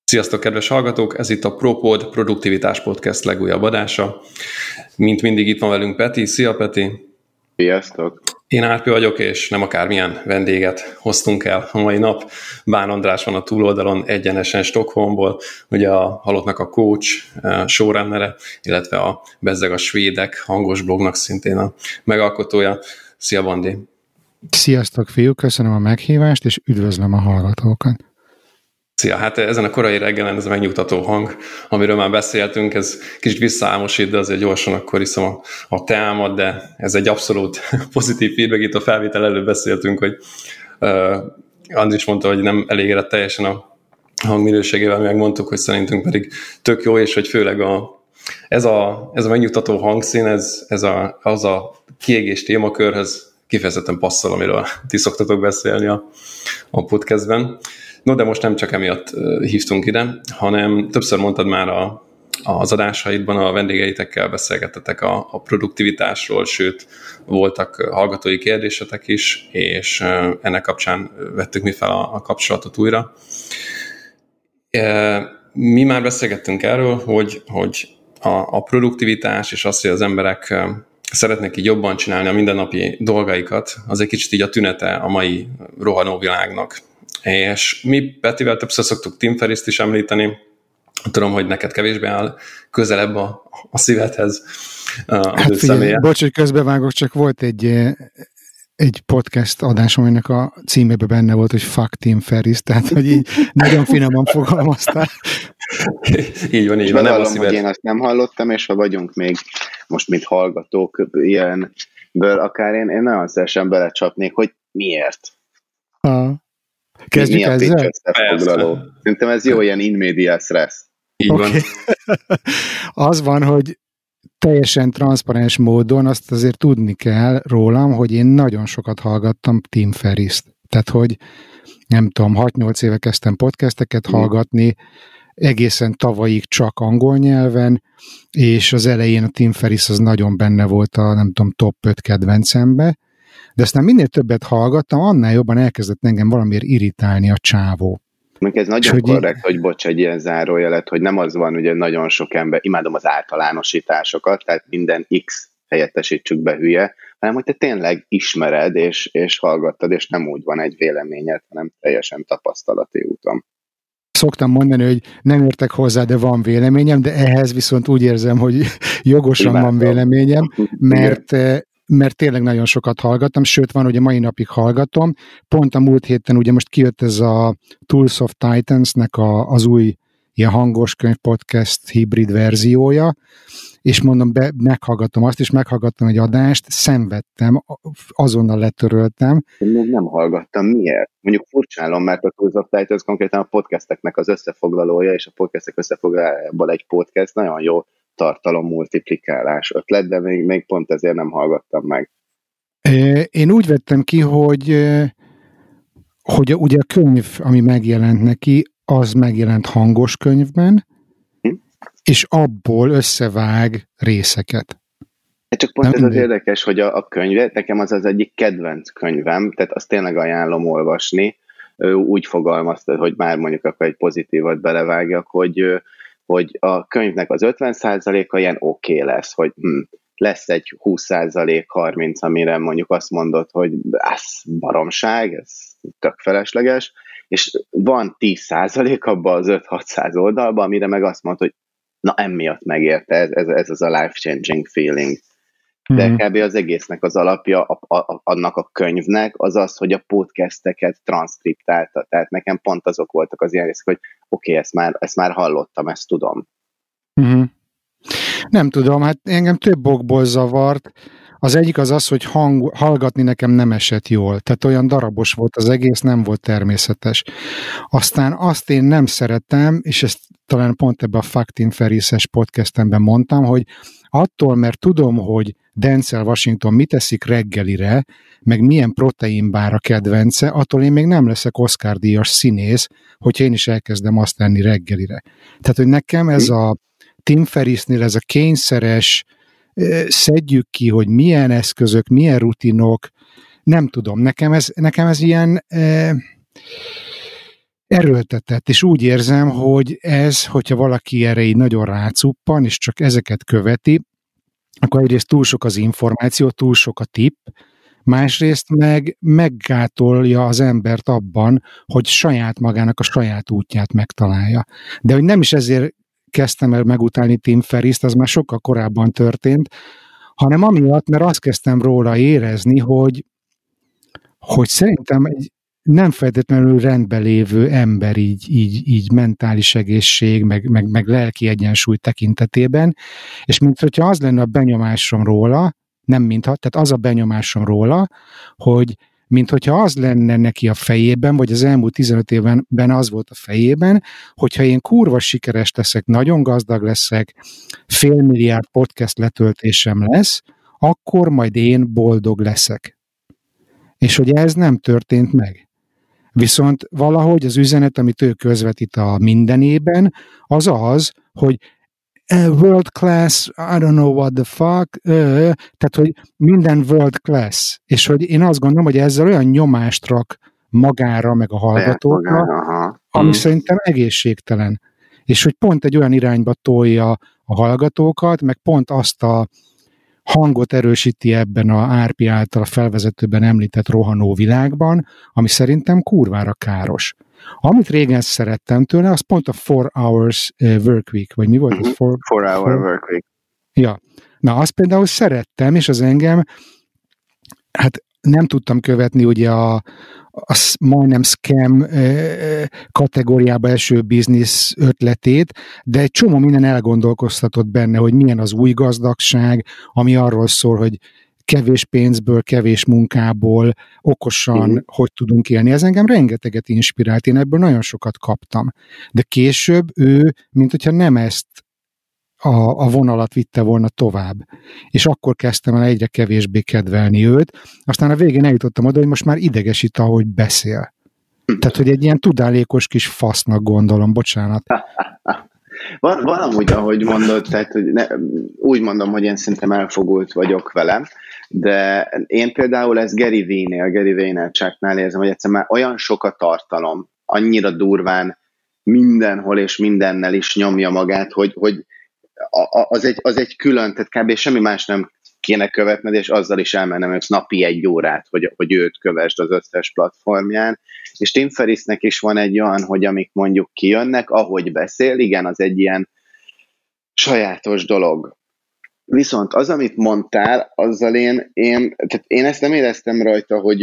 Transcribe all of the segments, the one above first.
Sziasztok, kedves hallgatók! Ez itt a ProPod Produktivitás Podcast legújabb adása. Mint mindig itt van velünk Peti. Szia, Peti! Sziasztok! Én Árpi vagyok, és nem akármilyen vendéget hoztunk el a mai nap. Bán András van a túloldalon, egyenesen Stockholmból, ugye a Halottnak a coach, showrunnere, illetve a Bezzeg a Svédek hangos blognak szintén a megalkotója. Szia, Bandi! Sziasztok, fiúk! Köszönöm a meghívást, és üdvözlöm a hallgatókat! Szia, hát ezen a korai reggelen ez a megnyugtató hang, amiről már beszéltünk, ez kicsit visszaálmosít, de azért gyorsan akkor iszom a teámat, de ez egy abszolút pozitív feedback. Itt a felvétel előtt beszéltünk, hogy Andris mondta, hogy nem elégedett teljesen a hangminőségével, megmondtuk, hogy szerintünk pedig tök jó, és hogy főleg ez a megnyugtató hangszín, az a kiégés témakörhöz kifejezetten passzol, amiről ti szoktatok beszélni a podcastben. No, de most nem csak emiatt hívtunk ide, hanem többször mondtad már az adásaidban, a vendégeitekkel beszélgettetek a produktivitásról, sőt, voltak hallgatói kérdésetek is, és ennek kapcsán vettük mi fel a kapcsolatot újra. Mi már beszélgettünk erről, hogy a produktivitás és az, hogy az emberek szeretnék így jobban csinálni a mindennapi dolgaikat, az egy kicsit így a tünete a mai rohanó világnak. És mi Petivel többször szoktuk Tim Ferrist is említeni, tudom, hogy neked kevésbé áll közelebb a szívedhez hát figyelj, bocs, hogy közbevágok, csak volt egy podcast adásom, aminek a címében benne volt, hogy Fuck Tim Ferris, tehát hogy így nagyon finoman fogalmaztál. Így van, így van. Nem hallom, hogy én azt nem hallottam, és ha vagyunk még most, mint hallgatók ilyenből, akár én nagyon szívesen belecsapnék, hogy miért? Kezdjük ezzel? Szerintem ez jó, ilyen in medias res. Így van. Az van, hogy teljesen transzparens módon azt azért tudni kell rólam, hogy én nagyon sokat hallgattam Tim Ferrist. Tehát, hogy nem tudom, 6-8 éve kezdtem podcasteket hallgatni, egészen tavalyig csak angol nyelven, és az elején a Tim Ferris az nagyon benne volt a, nem tudom, top 5 kedvencembe, de aztán minél többet hallgattam, annál jobban elkezdett engem valamiért irritálni a csávó. Ez nagyon korrekt, hogy bocs, egy ilyen zárójelet, hogy nem az van, ugye nagyon sok ember, imádom az általánosításokat, tehát minden X helyettesítsük be hülye, hanem hogy te tényleg ismered, és hallgattad, és nem úgy van egy véleményed, hanem teljesen tapasztalati úton. Szoktam mondani, hogy nem értek hozzá, de van véleményem, de ehhez viszont úgy érzem, hogy jogosan van véleményem, mert tényleg nagyon sokat hallgattam, sőt van, hogy a mai napig hallgatom. Pont a múlt héten ugye most kijött ez a Tools of Titans-nek az új ilyen hangos könyv podcast hibrid verziója, és mondom, meghallgattam azt, és meghallgattam egy adást, szenvedtem, azonnal letöröltem. Én még nem hallgattam, miért? Mondjuk furcsálom, mert a Tools of Titans konkrétan a podcasteknek az összefoglalója, és a podcastek összefoglalójából egy podcast nagyon jó tartalom multiplikálás ötlet, de még pont ezért nem hallgattam meg. Én úgy vettem ki, hogy ugye a könyv, ami megjelent neki, az megjelent hangos könyvben, és abból összevág részeket. Csak pont ez az érdekes, hogy a könyve, nekem az egyik kedvenc könyvem, tehát azt tényleg ajánlom olvasni. Úgy fogalmazta, hogy már mondjuk akkor egy pozitívat belevágjak, hogy a könyvnek az 50%-a ilyen oké lesz, hogy lesz egy 20%, 30%, amire mondjuk azt mondod, hogy ez baromság, ez tök felesleges, és van 10% abban az 5-600 oldalban, amire meg azt mondod, hogy na emiatt megérte, ez az a life-changing feeling. De kb. Az egésznek az alapja, annak a könyvnek az az, hogy a podcasteket transzkriptálta. Tehát nekem pont azok voltak az ilyen részek, hogy oké, ezt már hallottam, ezt tudom. Nem tudom, hát engem több okból zavart. Az egyik az, hogy hallgatni nekem nem esett jól. Tehát olyan darabos volt az egész, nem volt természetes. Aztán azt én nem szeretem, és ezt talán pont ebben a Fuck Tim Ferris-es podcastemben mondtam, hogy attól, mert tudom, hogy Denzel Washington mit eszik reggelire, meg milyen proteinbár a kedvence, attól én még nem leszek Oscar-díjas színész, hogyha én is elkezdem azt tenni reggelire. Tehát, hogy nekem ez a Tim Ferrisnél ez a kényszeres, szedjük ki, hogy milyen eszközök, milyen rutinok, nem tudom, nekem ez ilyen erőltetett, és úgy érzem, hogy ez, hogyha valaki erre így nagyon rácuppan, és csak ezeket követi, akkor egyrészt túl sok az információ, túl sok a tipp, másrészt meg meggátolja az embert abban, hogy saját magának a saját útját megtalálja. De hogy nem is ezért kezdtem el megutálni Tim Ferriszt, az már sokkal korábban történt, hanem amiatt, mert azt kezdtem róla érezni, hogy szerintem egy nem feltétlenül rendben lévő ember így mentális egészség, meg lelki egyensúly tekintetében, és minthogyha az lenne a benyomásom róla, tehát az a benyomásom róla, hogy minthogyha az lenne neki a fejében, vagy az elmúlt 15 évben az volt a fejében, hogyha én kurva sikeres leszek, nagyon gazdag leszek, 500 milliárd podcast letöltésem lesz, akkor majd én boldog leszek. És hogy ez nem történt meg. Viszont valahogy az üzenet, amit ő közvetít a mindenében, az, hogy world class, I don't know what the fuck, tehát, hogy minden world class, és hogy én azt gondolom, hogy ezzel olyan nyomást rak magára, meg a hallgatókra, ami szerintem egészségtelen. És hogy pont egy olyan irányba tolja a hallgatókat, meg pont azt a hangot erősíti ebben a Árpi által a felvezetőben említett rohanó világban, ami szerintem kurvára káros. Amit régen szerettem tőle, az pont a 4 hours work week, vagy mi volt az? 4 hour work week. Ja. Na, azt például szerettem, és az engem, hát nem tudtam követni ugye a majdnem scam kategóriába eső biznisz ötletét, de egy csomó minden elgondolkoztatott benne, hogy milyen az új gazdagság, ami arról szól, hogy kevés pénzből, kevés munkából okosan hogy tudunk élni. Ez engem rengeteget inspirált, én ebből nagyon sokat kaptam. De később ő, mint hogyha nem ezt a vonalat vitte volna tovább. És akkor kezdtem el egyre kevésbé kedvelni őt, aztán a végén eljutottam oda, hogy most már idegesít, ahogy beszél. Tehát, hogy egy ilyen tudálékos kis fasznak gondolom, bocsánat. Van amúgy, ahogy mondod, tehát hogy úgy mondom, hogy én szerintem elfogult vagyok velem, de én például ezt Gary Vaynerchuknál érzem, hogy egyszerűen már olyan sok a tartalom, annyira durván mindenhol és mindennel is nyomja magát, hogy az egy külön, tehát kb. Semmi más nem kéne követned, és azzal is elmennem ők napi 1 órát, hogy őt kövesd az összes platformján. És Tim Ferrissnek is van egy olyan, hogy amik mondjuk kijönnek, ahogy beszél, igen, az egy ilyen sajátos dolog. Viszont az, amit mondtál, azzal tehát én ezt nem éreztem rajta, hogy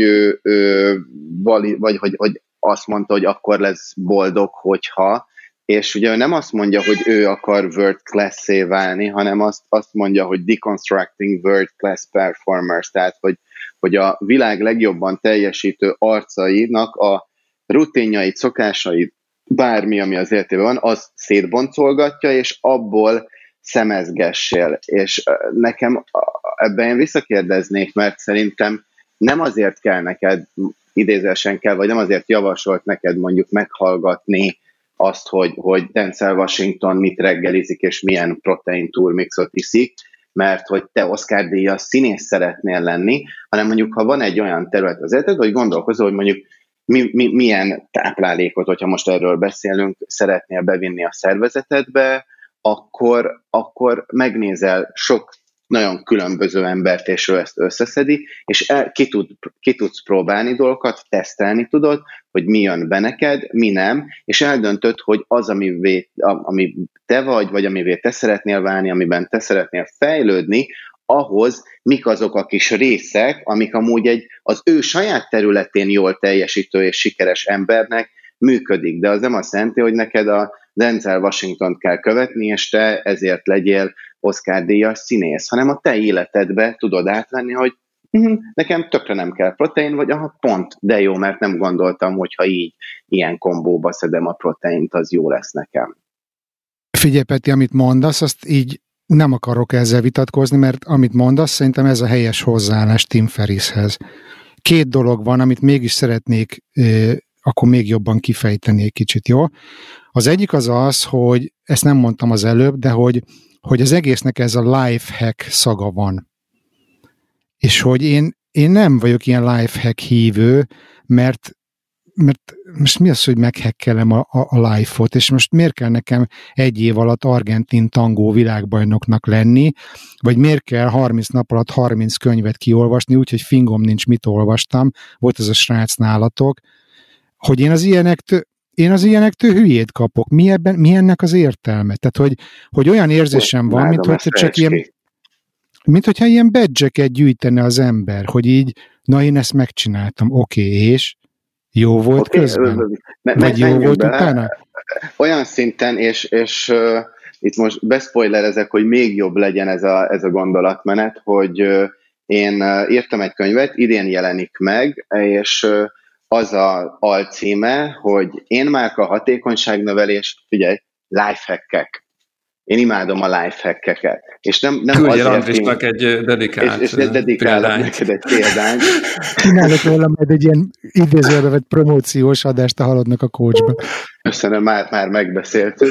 hogy azt mondta, hogy akkor lesz boldog, hogyha, és ugye ő nem azt mondja, hogy ő akar world class-é válni, hanem azt mondja, hogy deconstructing world class performers, tehát hogy a világ legjobban teljesítő arcainak a rutinjait, szokásait, bármi, ami az életében van, az szétboncolgatja, és abból szemezgessél. És nekem ebben én visszakérdeznék, mert szerintem nem azért kell neked, idézésen kell, vagy nem azért javasolt neked mondjuk meghallgatni azt, hogy Denzel Washington mit reggelizik, és milyen protein turmixot iszik, mert hogy te Oscar-díjas színész szeretnél lenni, hanem mondjuk, ha van egy olyan terület az életed, hogy gondolkozol, hogy mondjuk milyen táplálékot, hogyha most erről beszélünk, szeretnél bevinni a szervezetedbe, akkor megnézel sok nagyon különböző embert, és ő ezt összeszedi, és ki tudsz próbálni dolgokat, tesztelni tudod, hogy mi jön be neked, mi nem, és eldöntöd, hogy az, ami te vagy amivé te szeretnél válni, amiben te szeretnél fejlődni, ahhoz mik azok a kis részek, amik amúgy az ő saját területén jól teljesítő és sikeres embernek működik, de az nem azt jelenti, hogy neked a Denzel Washingtont kell követni, és te ezért legyél Oscar-díjas színész, hanem a te életedbe tudod átvenni, hogy nekem tökre nem kell protein, vagy pont, de jó, mert nem gondoltam, hogyha ilyen kombóba szedem a proteint, az jó lesz nekem. Figyelj, Peti, amit mondasz, azt így nem akarok ezzel vitatkozni, mert amit mondasz, szerintem ez a helyes hozzáállás Tim Ferrisshez. 2 dolog van, amit mégis szeretnék akkor még jobban kifejteni egy kicsit, jó? Az egyik az, hogy ezt nem mondtam az előbb, de hogy az egésznek ez a lifehack szaga van. És hogy én nem vagyok ilyen lifehack hívő, mert mert most mi az, hogy meghekkelem a live-ot, és most miért kell nekem 1 év alatt argentin tangó világbajnoknak lenni, vagy miért kell 30 nap alatt 30 könyvet kiolvasni, úgyhogy fingom nincs, mit olvastam, volt ez a srác nálatok, hogy én az ilyenektől hülyét kapok. Mi ennek az értelme? Tehát, hogy olyan érzésem van, mint hogyha ilyen badge-eket gyűjtene az ember, hogy így, na én ezt megcsináltam, oké, és jó volt közben? Vagy jó volt utána? Olyan szinten, és itt most bespoilerezek, hogy még jobb legyen ez a gondolatmenet, hogy én írtam egy könyvet, idén jelenik meg, és az a alcíme, hogy én márka hatékonyságnövelés, figyelj, lifehackek. Én imádom a lifehackeket. És nem Küldjél Andrisnak egy dedikált és dedikálok neked egy példányt. Csinálok róla majd egy ilyen idézőjelbe vett promóciós adást a Haladnak a Coachba. Köszönöm, már megbeszéltük,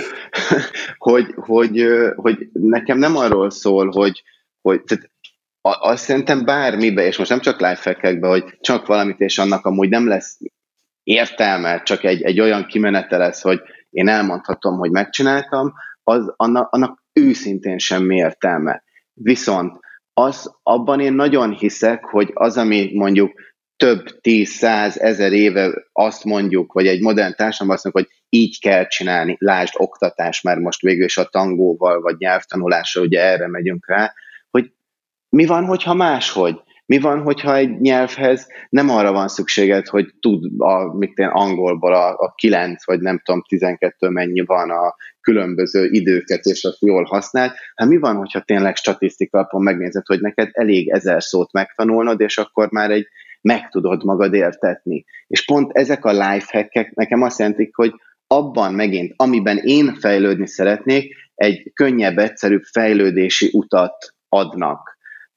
hogy nekem nem arról szól, hogy azt szerintem bármibe, és most nem csak lifehackekbe, hogy csak valamit, és annak amúgy nem lesz értelme, csak egy olyan kimenete lesz, hogy én elmondhatom, hogy megcsináltam, annak őszintén semmi értelme. Viszont abban én nagyon hiszek, hogy az, ami mondjuk több 10, 100, 1000 éve azt mondjuk, vagy egy modern társadalomban azt mondjuk, hogy így kell csinálni, lásd oktatás, mert most végül is a tangóval, vagy nyelvtanulással, ugye erre megyünk rá, hogy mi van, hogyha máshogy? Mi van, hogyha egy nyelvhez nem arra van szükséged, hogy tud angolból a 9, vagy nem tudom, 12 mennyi van a különböző időket, és azt jól használd. Hát mi van, hogyha tényleg statisztika alapon megnézed, hogy neked elég 1000 szót megtanulnod, és akkor már meg tudod magad értetni. És pont ezek a lifehackek nekem azt jelentik, hogy abban megint, amiben én fejlődni szeretnék, egy könnyebb, egyszerűbb fejlődési utat adnak.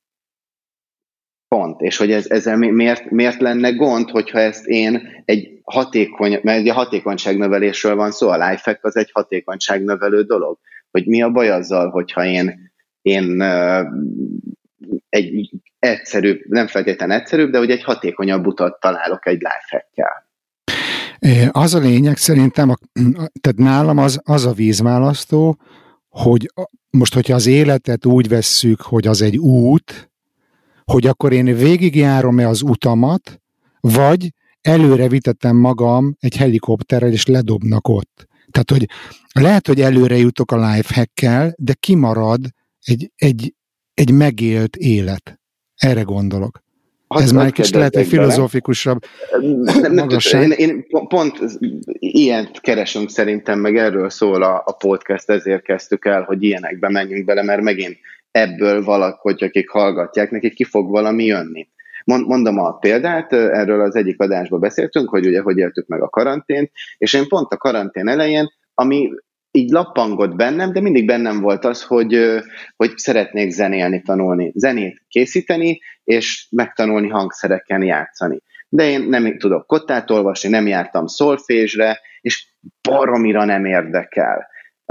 Pont. És hogy ezzel miért lenne gond, hogyha ezt én mert a hatékonyságnövelésről van szó, a lifehack az egy hatékonyságnövelő dolog. Hogy mi a baj azzal, hogyha én egy egyszerűbb, nem feltétlenül egyszerűbb, de hogy egy hatékonyabb utat találok egy lifehackkel. Az a lényeg szerintem, tehát nálam az a vízválasztó, hogy most, hogyha az életet úgy vesszük, hogy az egy út, hogy akkor én végigjárom-e az utamat, vagy előre vitetem magam egy helikopterrel, és ledobnak ott. Tehát, hogy lehet, hogy előre jutok a lifehackkel, de kimarad egy megélt élet. Erre gondolok. Ez már egy kis lehet egy filozófikusabb magasság. Én pont ilyet keresünk szerintem, meg erről szól a podcast, ezért kezdtük el, hogy ilyenekbe menjünk bele, mert megint ebből valahogy, akik hallgatják, nekik ki fog valami jönni. Mondom a példát, erről az egyik adásban beszéltünk, hogy ugye hogy éltük meg a karantént, és én pont a karantén elején, ami így lappangott bennem, de mindig bennem volt az, hogy szeretnék zenélni, tanulni, zenét készíteni, és megtanulni hangszereken játszani. De én nem tudok kottát olvasni, nem jártam szolfésre, és baromira nem érdekel.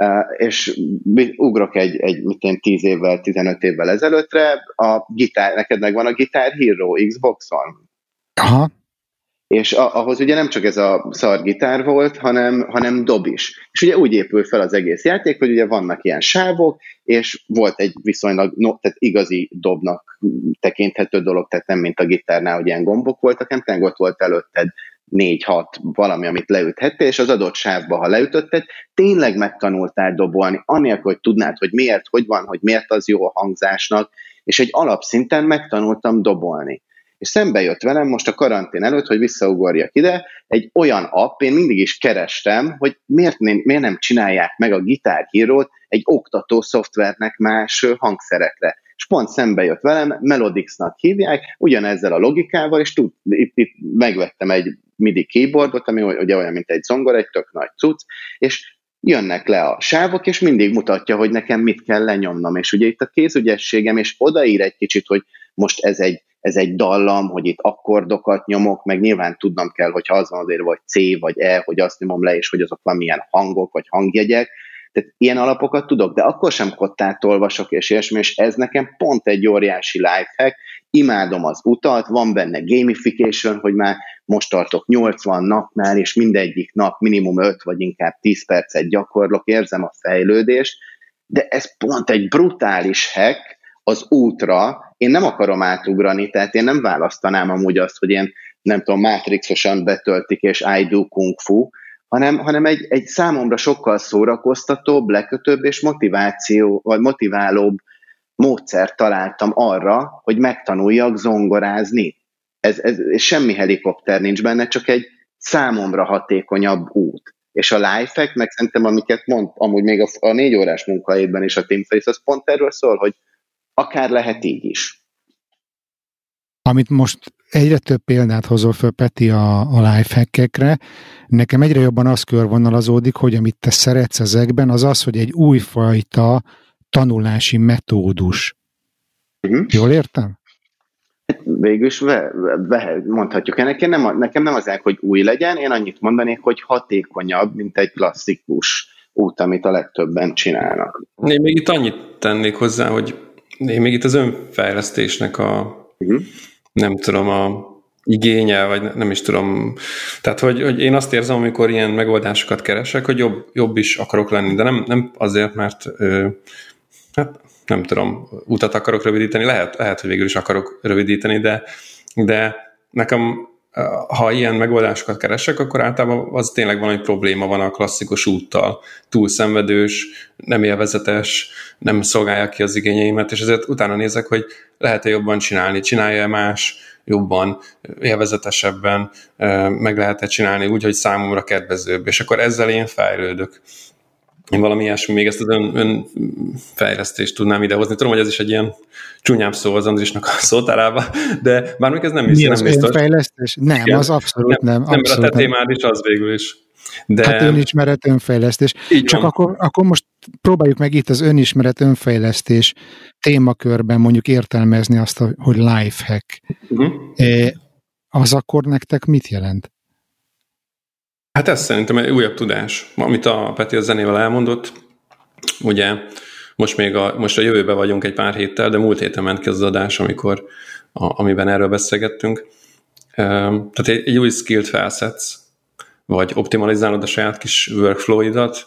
És ugrok egy 10 évvel, 15 évvel ezelőttre, a gitár, neked megvan a Guitar Hero Xboxon? Aha. És ahhoz ugye nem csak ez a szar gitár volt, hanem dob is. És ugye úgy épül fel az egész játék, hogy ugye vannak ilyen sávok, és volt egy viszonylag, tehát igazi dobnak tekinthető dolog, tehát nem mint a gitárnál, hogy ilyen gombok voltak, hanem tényleg ott volt előtted 4-6 valami, amit leüthettél, és az adott sávba, ha leütötted, tényleg megtanultál dobolni, anélkül, hogy tudnád, hogy miért, hogy van, hogy miért az jó a hangzásnak, és egy alapszinten megtanultam dobolni. És szembe jött velem most a karantén előtt, hogy visszaugorjak ide, egy olyan app, én mindig is kerestem, hogy miért nem csinálják meg a Guitar Hero-t egy oktató szoftvernek más hangszerekre. És pont szembe jött velem, Melodix-nak hívják, ugyanezzel a logikával, és itt megvettem egy MIDI keyboardot, ami ugye olyan, mint egy zongora, egy tök nagy cucc, és jönnek le a sávok, és mindig mutatja, hogy nekem mit kell lenyomnom. És ugye itt a kézügyességem, és odaír egy kicsit, hogy most ez egy dallam, hogy itt akkordokat nyomok, meg nyilván tudnom kell, hogyha az van azért, vagy C, vagy E, hogy azt nyomom le, és hogy azok van milyen hangok, vagy hangjegyek. Tehát ilyen alapokat tudok, de akkor sem kottát olvasok, és ilyesmi, és ez nekem pont egy óriási lifehack. imádom az utat, van benne gamification, hogy már most tartok 80 napnál, és mindegyik nap minimum 5 vagy inkább 10 percet gyakorlok, érzem a fejlődést, de ez pont egy brutális hack az útra, én nem akarom átugrani, tehát én nem választanám amúgy azt, hogy én nem tudom, Matrixosan betöltik, és I do kung fu, hanem egy számomra sokkal szórakoztatóbb, lekötőbb és motiválóbb módszert találtam arra, hogy megtanuljak zongorázni. Ez semmi helikopter nincs benne, csak egy számomra hatékonyabb út. És a lifehack, meg szerintem amiket mond, amúgy még a 4 órás munkahétben is a Tim Ferriss, az pont erről szól, hogy akár lehet így is. Amit most egyre több példát hozol föl, Peti, a lifehackekre, nekem egyre jobban az körvonalazódik, hogy amit te szeretsz ezekben, az az, hogy egy újfajta tanulási metódus. Jól értem? Végülis mondhatjuk. Nekem nem az hogy új legyen, én annyit mondanék, hogy hatékonyabb, mint egy klasszikus út, amit a legtöbben csinálnak. Én még itt annyit tennék hozzá, hogy én még itt az önfejlesztésnek nem tudom, a igénye, vagy nem is tudom. Tehát, hogy én azt érzem, amikor ilyen megoldásokat keresek, hogy jobb is akarok lenni, de nem azért, mert nem tudom, utat akarok rövidíteni, lehet, hogy végül is akarok rövidíteni, de nekem, ha ilyen megoldásokat keresek, akkor általában az tényleg valami probléma van a klasszikus úttal. Túl szenvedős, nem élvezetes, nem szolgálja ki az igényeimet, és ezért utána nézek, hogy lehet-e jobban csinálni, csinálja-e más jobban, élvezetesebben, meg lehet-e csinálni úgy, hogy számomra kedvezőbb, és akkor ezzel én fejlődök. Én valami ilyesmi, még ezt az önfejlesztést tudnám idehozni. Tudom, hogy ez is egy ilyen csúnyább szó az Andrisnak a szótárába, de bármikor ez nem is nem biztos. Önfejlesztés? Nem, igen, az abszolút nem. Nem, mert a te témád is az végül is. De... Hát önismeret, önfejlesztés. Csak akkor most próbáljuk meg itt az önismeret, önfejlesztés témakörben mondjuk értelmezni azt, hogy lifehack. Az akkor nektek mit jelent? Hát ez szerintem egy újabb tudás, amit a Peti a zenével elmondott. Ugye most a jövőben vagyunk egy pár héttel, de múlt héten ment ki az adás, amiben erről beszélgettünk. Tehát egy új skillt felszedsz, vagy optimalizálod a saját kis workflow-idat,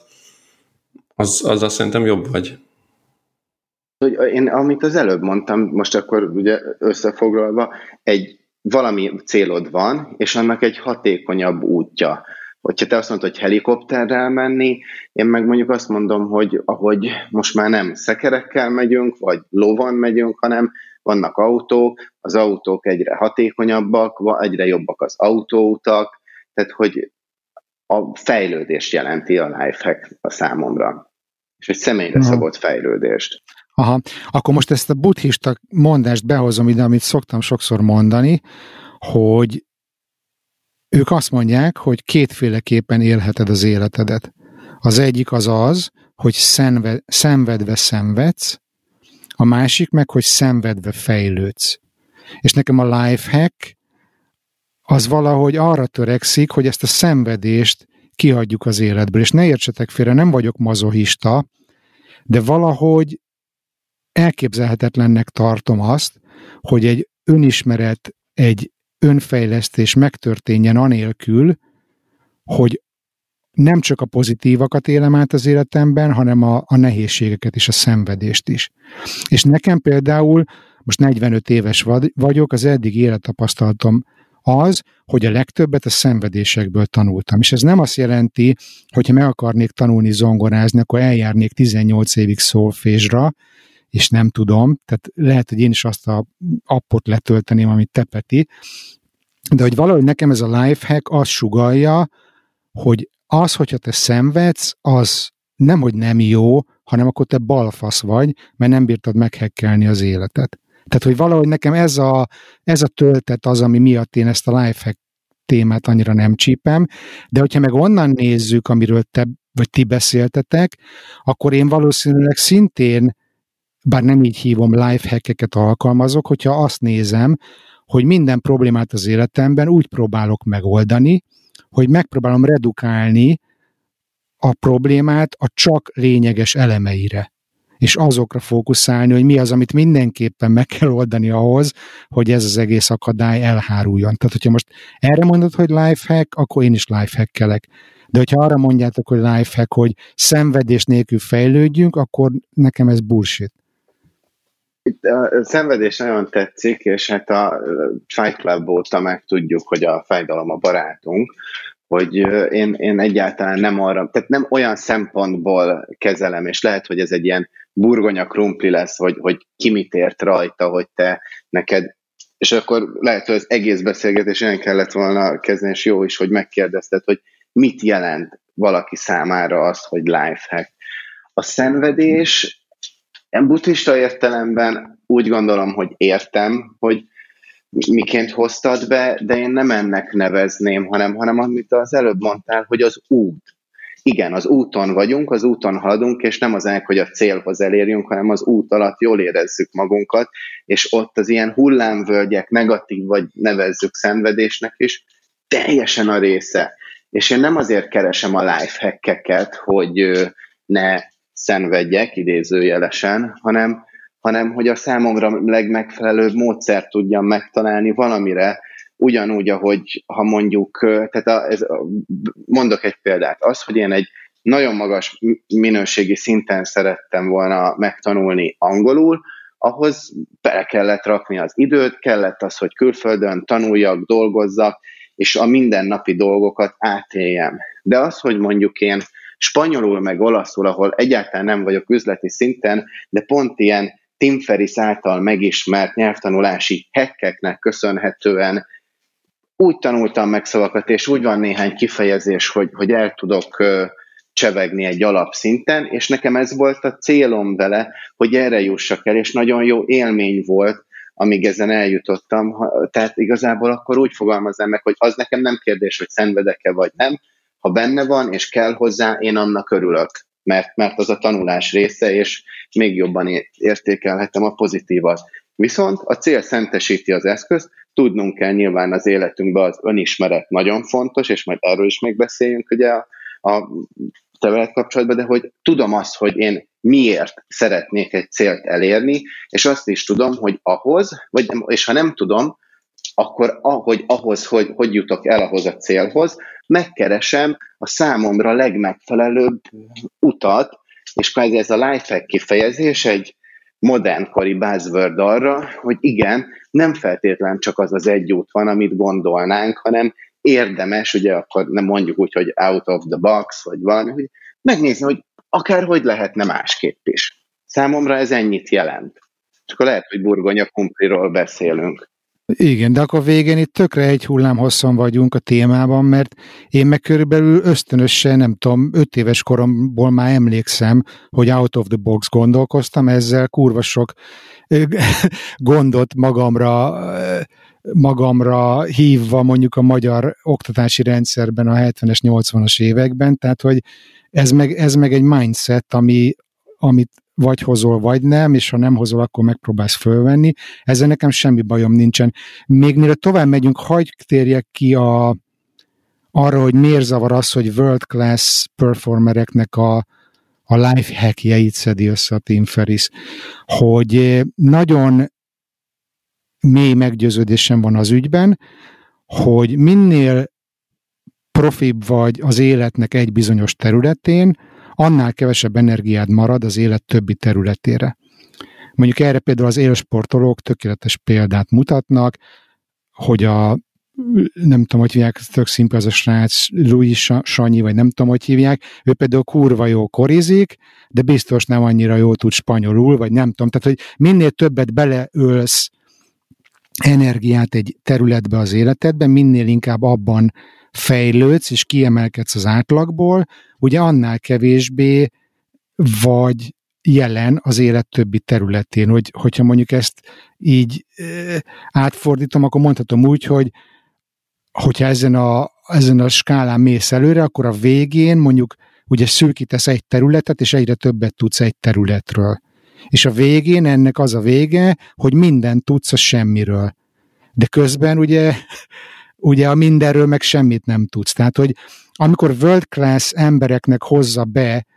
azzal szerintem jobb vagy. Én, amit az előbb mondtam, most akkor ugye összefoglalva, valami célod van, és annak egy hatékonyabb útja. Hogyha te azt mondod, hogy helikopterrel menni, én meg mondjuk azt mondom, hogy ahogy most már nem szekerekkel megyünk, vagy lovon megyünk, hanem vannak autók, az autók egyre hatékonyabbak, egyre jobbak az autóutak, tehát hogy a fejlődést jelenti a lifehack a számomra, és egy személyre szabott fejlődést. Aha, akkor most ezt a buddhista mondást behozom ide, amit szoktam sokszor mondani, hogy ők azt mondják, hogy kétféleképpen élheted az életedet. Az egyik az, hogy szenvedve szenvedsz, a másik meg, hogy szenvedve fejlődsz. És nekem a lifehack az valahogy arra törekszik, hogy ezt a szenvedést kihagyjuk az életből. És ne értsetek félre, nem vagyok mazochista, de valahogy elképzelhetetlennek tartom azt, hogy egy önismeret, egy önfejlesztés megtörténjen anélkül, hogy nem csak a pozitívakat élem át az életemben, hanem a nehézségeket és a szenvedést is. És nekem például, most 45 éves vagyok, az eddig élettapasztalatom az, hogy a legtöbbet a szenvedésekből tanultam. És ez nem azt jelenti, hogyha meg akarnék tanulni zongorázni, akkor eljárnék 18 évig szolfésra, és nem tudom, tehát lehet, hogy én is azt a appot letölteném, amit te, Peti, de hogy valahogy nekem ez a lifehack azt sugallja, hogy az, hogyha te szenvedsz, az nemhogy nem jó, hanem akkor te balfasz vagy, mert nem bírtad meghekkelni az életet. Tehát, hogy valahogy nekem ez a töltet az, ami miatt én ezt a lifehack témát annyira nem csípem, de hogyha meg onnan nézzük, amiről te vagy ti beszéltetek, akkor én valószínűleg szintén, bár nem így hívom, lifehackeket alkalmazok, hogyha azt nézem, hogy minden problémát az életemben úgy próbálok megoldani, hogy megpróbálom redukálni a problémát a csak lényeges elemeire. és azokra fókuszálni, hogy mi az, amit mindenképpen meg kell oldani ahhoz, hogy ez az egész akadály elháruljon. Tehát, hogyha most erre mondod, hogy lifehack, akkor én is lifehackelek. De hogyha arra mondjátok, hogy lifehack, hogy szenvedés nélkül fejlődjünk, akkor nekem ez bullshit. Itt a szenvedés nagyon tetszik, és hát a Fight Club óta meg tudjuk, hogy a fájdalom a barátunk, hogy én egyáltalán nem arra, tehát nem olyan szempontból kezelem, és lehet, hogy ez egy ilyen burgonya krumpli lesz, hogy ki mit ért rajta, hogy te neked, és akkor lehet, hogy az egész beszélgetés ilyen kellett volna kezdeni, és jó is, hogy megkérdezted, hogy mit jelent valaki számára az, hogy lifehack. A szenvedés, buddhista értelemben úgy gondolom, hogy értem, hogy miként hoztad be, de én nem ennek nevezném, hanem amit az előbb mondtál, hogy az út. Igen, az úton vagyunk, az úton haladunk, és nem az ennek, hogy a célhoz elérjünk, hanem az út alatt jól érezzük magunkat, és ott az ilyen hullámvölgyek, negatív, vagy nevezzük szenvedésnek is, teljesen a része. És én nem azért keresem a lifehackeket, hogy ne szenvedjek idézőjelesen, hanem hogy a számomra legmegfelelőbb módszert tudjam megtalálni valamire, ugyanúgy, ahogy ha mondjuk, tehát mondok egy példát, az, hogy én egy nagyon magas minőségi szinten szerettem volna megtanulni angolul, ahhoz bele kellett rakni az időt, kellett az, hogy külföldön tanuljak, dolgozzak, és a mindennapi dolgokat átéljem. De az, hogy mondjuk én spanyolul meg olaszul, ahol egyáltalán nem vagyok üzleti szinten, de pont ilyen Tim Ferriss által megismert nyelvtanulási hackeknek köszönhetően úgy tanultam meg szavakat, és úgy van néhány kifejezés, hogy el tudok csevegni egy alapszinten, és nekem ez volt a célom vele, hogy erre jussak el, és nagyon jó élmény volt, amíg ezen eljutottam. Tehát igazából akkor úgy fogalmaznám meg, hogy az nekem nem kérdés, hogy szenvedek-e vagy nem. Ha benne van, és kell hozzá, én annak örülök, mert az a tanulás része, és még jobban értékelhetem a pozitívat. Viszont a cél szentesíti az eszközt, tudnunk kell nyilván az életünkben az önismeret nagyon fontos, és majd erről is még beszéljünk ugye a te veled kapcsolatban, de hogy tudom azt, hogy én miért szeretnék egy célt elérni, és azt is tudom, hogy és ha nem tudom, akkor hogy jutok el ahhoz a célhoz, megkeresem a számomra legmegfelelőbb utat, és ez a lifehack kifejezés egy modernkori buzzword arra, hogy igen, nem feltétlen csak az egy út van, amit gondolnánk, hanem érdemes, ugye akkor nem mondjuk úgy, hogy out of the box, vagy valami, hogy megnézni, hogy akárhogy lehetne másképp is. Számomra ez ennyit jelent. Csak lehet, hogy burgonya kumpliról beszélünk. Igen, de akkor végén itt tökre egy hullám hosszan vagyunk a témában, mert én meg körülbelül ösztönösen, nem tudom, 5 éves koromból már emlékszem, hogy out of the box gondolkoztam, ezzel kurva sok gondot magamra hívva mondjuk a magyar oktatási rendszerben a 70-es, 80-as években, tehát hogy ez meg egy mindset, amit vagy hozol, vagy nem, és ha nem hozol, akkor megpróbálsz fölvenni. Ezzel nekem semmi bajom nincsen. Még mire tovább megyünk, hagyj térjek ki arra, hogy miért zavar az, hogy world class performereknek a lifehackjeit szedi össze a Tim Ferriss, hogy nagyon mély meggyőződésem van az ügyben, hogy minél profibb vagy az életnek egy bizonyos területén, annál kevesebb energiád marad az élet többi területére. Mondjuk erre például az élsportolók tökéletes példát mutatnak, hogy nem tudom, hogy hívják, tök szimpla az a srác, Louis Sanyi, vagy nem tudom, hogy hívják, ő például kurva jó korizik, de biztos nem annyira jól tud spanyolul, vagy nem tudom. Tehát, hogy minél többet beleölsz energiát egy területbe az életedben, minél inkább abban fejlődsz, és kiemelkedsz az átlagból, ugye annál kevésbé vagy jelen az élet többi területén. Hogyha mondjuk ezt így átfordítom, akkor mondhatom úgy, hogyha ezen a skálán mész előre, akkor a végén mondjuk ugye szűkítesz egy területet, és egyre többet tudsz egy területről. És a végén ennek az a vége, hogy mindent tudsz a semmiről. De közben ugye a mindenről meg semmit nem tudsz. Tehát, hogy amikor world class embereknek hozza be,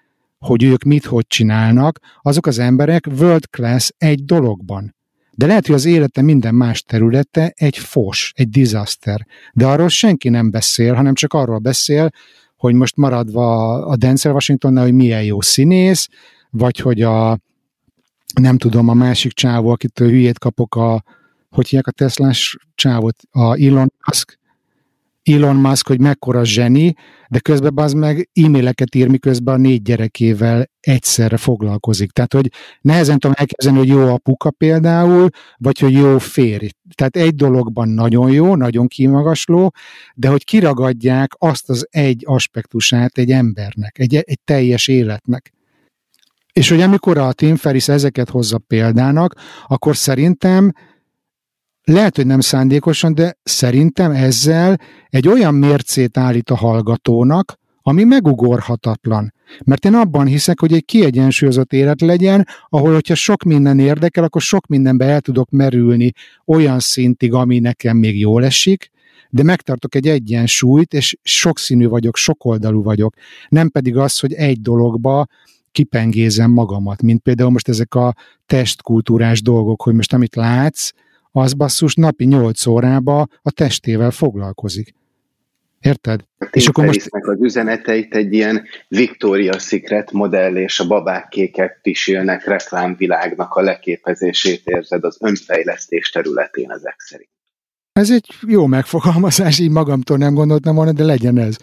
hogy ők hogy csinálnak, azok az emberek world class egy dologban. De lehet, hogy az élete minden más területe egy fos, egy disaster. De arról senki nem beszél, hanem csak arról beszél, hogy most maradva a Denzel Washingtonnál, hogy milyen jó színész, vagy hogy nem tudom, a másik csávó, akitől hülyét kapok, hogy hívják a Teslás csávót, a Elon Musk, hogy mekkora zseni, de közben az meg e-maileket ír, miközben a 4 gyerekével egyszerre foglalkozik. Tehát, hogy nehezen tudom elképzelni, hogy jó apuka például, vagy hogy jó férj. Tehát egy dologban nagyon jó, nagyon kimagasló, de hogy kiragadják azt az egy aspektusát egy embernek, egy teljes életnek. És hogy amikor a Tim Ferriss ezeket hozza példának, akkor szerintem lehet, hogy nem szándékosan, de szerintem ezzel egy olyan mércét állít a hallgatónak, ami megugorhatatlan. Mert én abban hiszek, hogy egy kiegyensúlyozott élet legyen, ahol, hogyha sok minden érdekel, akkor sok mindenbe el tudok merülni olyan szintig, ami nekem még jól esik, de megtartok egy egyensúlyt, és sokszínű vagyok, sokoldalú vagyok. Nem pedig az, hogy egy dologba kipengézem magamat, mint például most ezek a testkultúrás dolgok, hogy most amit látsz, az basszus napi 8 órába a testével foglalkozik. Érted? És akkor most az üzeneteit egy ilyen Victoria's Secret modell és a babák kéket pisilnek reklámvilágnak a leképezését érzed az önfejlesztés területén ezek szerint. Ez egy jó megfogalmazás, így magamtól nem gondoltam volna, de legyen ez.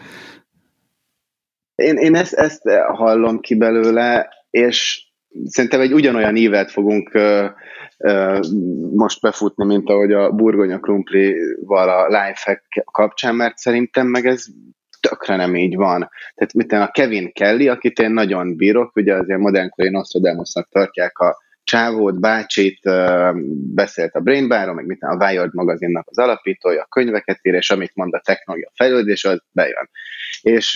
Én ezt hallom ki belőle, és szerintem egy ugyanolyan ívet fogunk most befutni, mint ahogy a burgonya krumplival a lifehack kapcsán, mert szerintem meg ez tökre nem így van. Tehát mit a Kevin Kelly, akit én nagyon bírok, ugye azért modernkori Nostradamusnak tartják a csávót, bácsit, beszélt a Brain Bar-ról, meg a Wired magazinnak az alapítója, a könyveket ír, és amit mond a technológia fejlődés, az bejön. És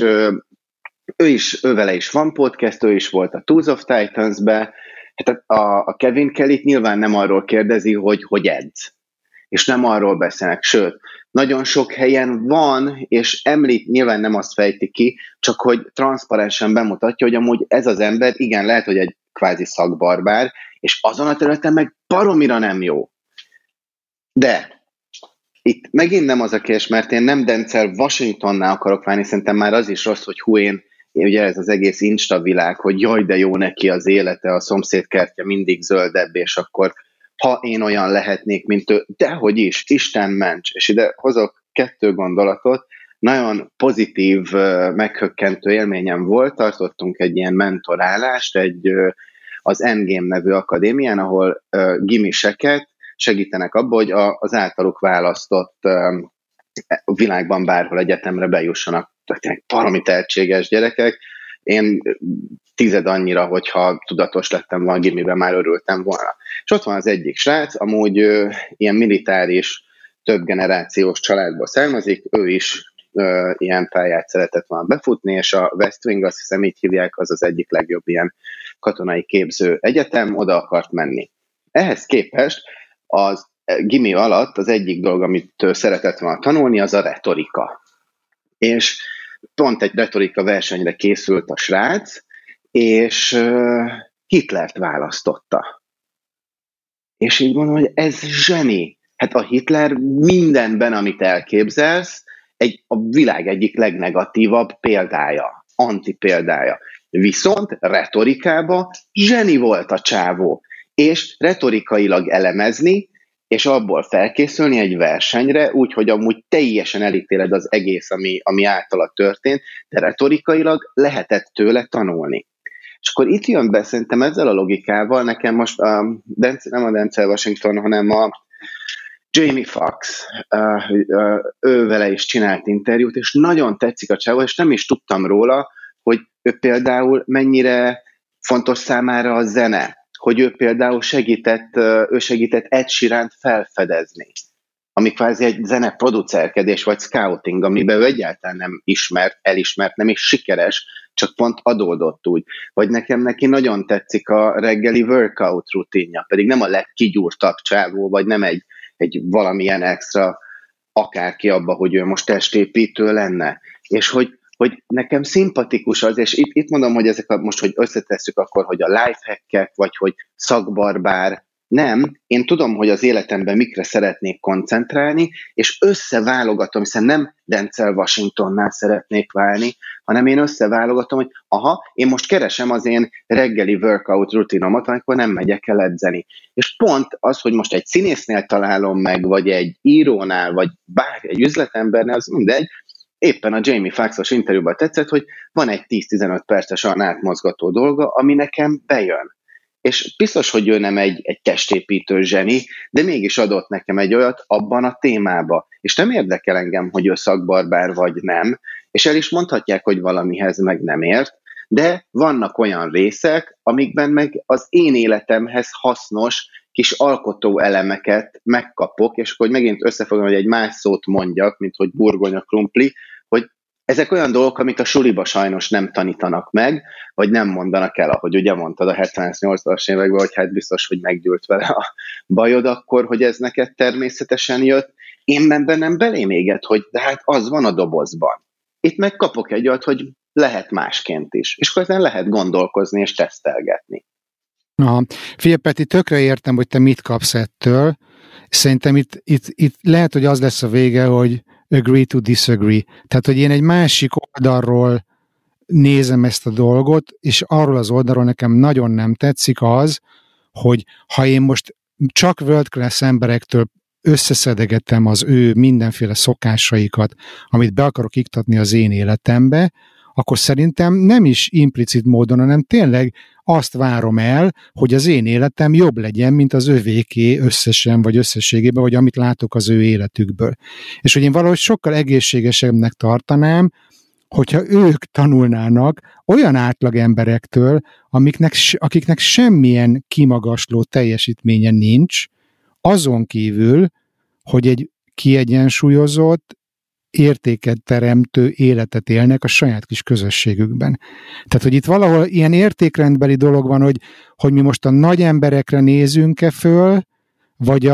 vele is van podcast, ő is volt a Tools of Titans-be. Hát a Kevin Kellyt nyilván nem arról kérdezi, hogy edz. És nem arról beszélnek, sőt, nagyon sok helyen van, és említ, nyilván nem azt fejti ki, csak hogy transzparensen bemutatja, hogy amúgy ez az ember, igen, lehet, hogy egy kvázi szakbarbár, és azon a területen meg baromira nem jó. De itt megint nem az a kérdés, mert én nem Denzel Washingtonnál akarok válni, szerintem már az is rossz, hogy ugye ez az egész Insta világ, hogy jaj, de jó neki az élete, a szomszéd kertje mindig zöldebb, és akkor ha én olyan lehetnék, mint ő, dehogy is, Isten ments. És ide hozok 2 gondolatot, nagyon pozitív, meghökkentő élményem volt, tartottunk egy ilyen mentorálást, az Endgame nevű akadémián, ahol gimiseket segítenek abba, hogy az általuk választott világban bárhol egyetemre bejussanak, valami tehetséges gyerekek. Én 10 annyira, hogyha tudatos lettem volna gimiben, már örültem volna. És ott van az egyik srác, amúgy ilyen militáris, több generációs családból származik, ő is ilyen pályát szeretett volna befutni, és a West Wing, azt hiszem így hívják, az egyik legjobb ilyen katonai képző egyetem, oda akart menni. Ehhez képest az gimi alatt az egyik dolog, amit szeretett volna tanulni, az a retorika. És pont egy retorika versenyre készült a srác, és Hitlert választotta. És így mondom, hogy ez zseni. Hát a Hitler mindenben, amit elképzelsz, a világ egyik legnegatívabb példája, antipéldája. Viszont retorikában zseni volt a csávó. És retorikailag elemezni, és abból felkészülni egy versenyre, úgyhogy amúgy teljesen elítéled az egész, ami általa történt, de retorikailag lehetett tőle tanulni. És akkor itt jön be szerintem ezzel a logikával, nekem most nem a Denzel Washington, hanem a Jamie Foxx, ő vele is csinált interjút, és nagyon tetszik a csávó, és nem is tudtam róla, hogy ő például mennyire fontos számára a zene, hogy ő például segített Ed Sheerant felfedezni, ami kvázi egy zeneproducerkedés vagy scouting, amiben ő egyáltalán nem elismert, nem is sikeres, csak pont adódott úgy. Vagy neki nagyon tetszik a reggeli workout rutinja, pedig nem a legkigyúrtabb csávó, vagy nem egy valamilyen extra akárki abba, hogy ő most testépítő lenne. És hogy hogy nekem szimpatikus az, és itt mondom, hogy ezek most, hogy összetesszük akkor, hogy a lifehackek, vagy hogy szakbarbár, nem, én tudom, hogy az életemben mikre szeretnék koncentrálni, és összeválogatom, hiszen nem Denzel Washingtonnál szeretnék válni, hanem én összeválogatom, hogy én most keresem az én reggeli workout rutinomat, amikor nem megyek el edzeni. És pont az, hogy most egy színésznél találom meg, vagy egy írónál, vagy egy üzletembernél, az mindegy, éppen a Jamie Foxxos interjúban tetszett, hogy van egy 10-15 perces átmozgató dolga, ami nekem bejön. És biztos, hogy ő nem egy testépítő zseni, de mégis adott nekem egy olyat abban a témába. És nem érdekel engem, hogy ő szakbarbár vagy nem, és el is mondhatják, hogy valamihez meg nem ért, de vannak olyan részek, amikben meg az én életemhez hasznos kis alkotó elemeket megkapok, és hogy megint összefogom, hogy egy más szót mondjak, mint hogy burgonya krumpli, hogy ezek olyan dolgok, amit a suliba sajnos nem tanítanak meg, vagy nem mondanak el, ahogy ugye mondtad a 70-80-as években, hogy hát biztos, hogy meggyűlt vele a bajod akkor, hogy ez neked természetesen jött. Én bennem belém éget, hogy de hát az van a dobozban. Itt meg kapok egy olyat, hogy lehet másként is. És közben lehet gondolkozni és tesztelgetni. Aha. Figyelj, Peti, tökre értem, hogy te mit kapsz ettől. Szerintem itt lehet, hogy az lesz a vége, hogy agree to disagree. Tehát, hogy én egy másik oldalról nézem ezt a dolgot, és arról az oldalról nekem nagyon nem tetszik az, hogy ha én most csak world class emberektől összeszedegetem az ő mindenféle szokásaikat, amit be akarok iktatni az én életembe, akkor szerintem nem is implicit módon, hanem tényleg azt várom el, hogy az én életem jobb legyen, mint az övéké összesen, vagy összességében, vagy amit látok az ő életükből. És hogy én valahogy sokkal egészségesebbnek tartanám, hogyha ők tanulnának olyan átlag emberektől, akiknek semmilyen kimagasló teljesítménye nincs, azon kívül, hogy egy kiegyensúlyozott, értéket teremtő életet élnek a saját kis közösségükben. Tehát, hogy itt valahol ilyen értékrendbeli dolog van, hogy mi most a nagy emberekre nézünk-e föl, vagy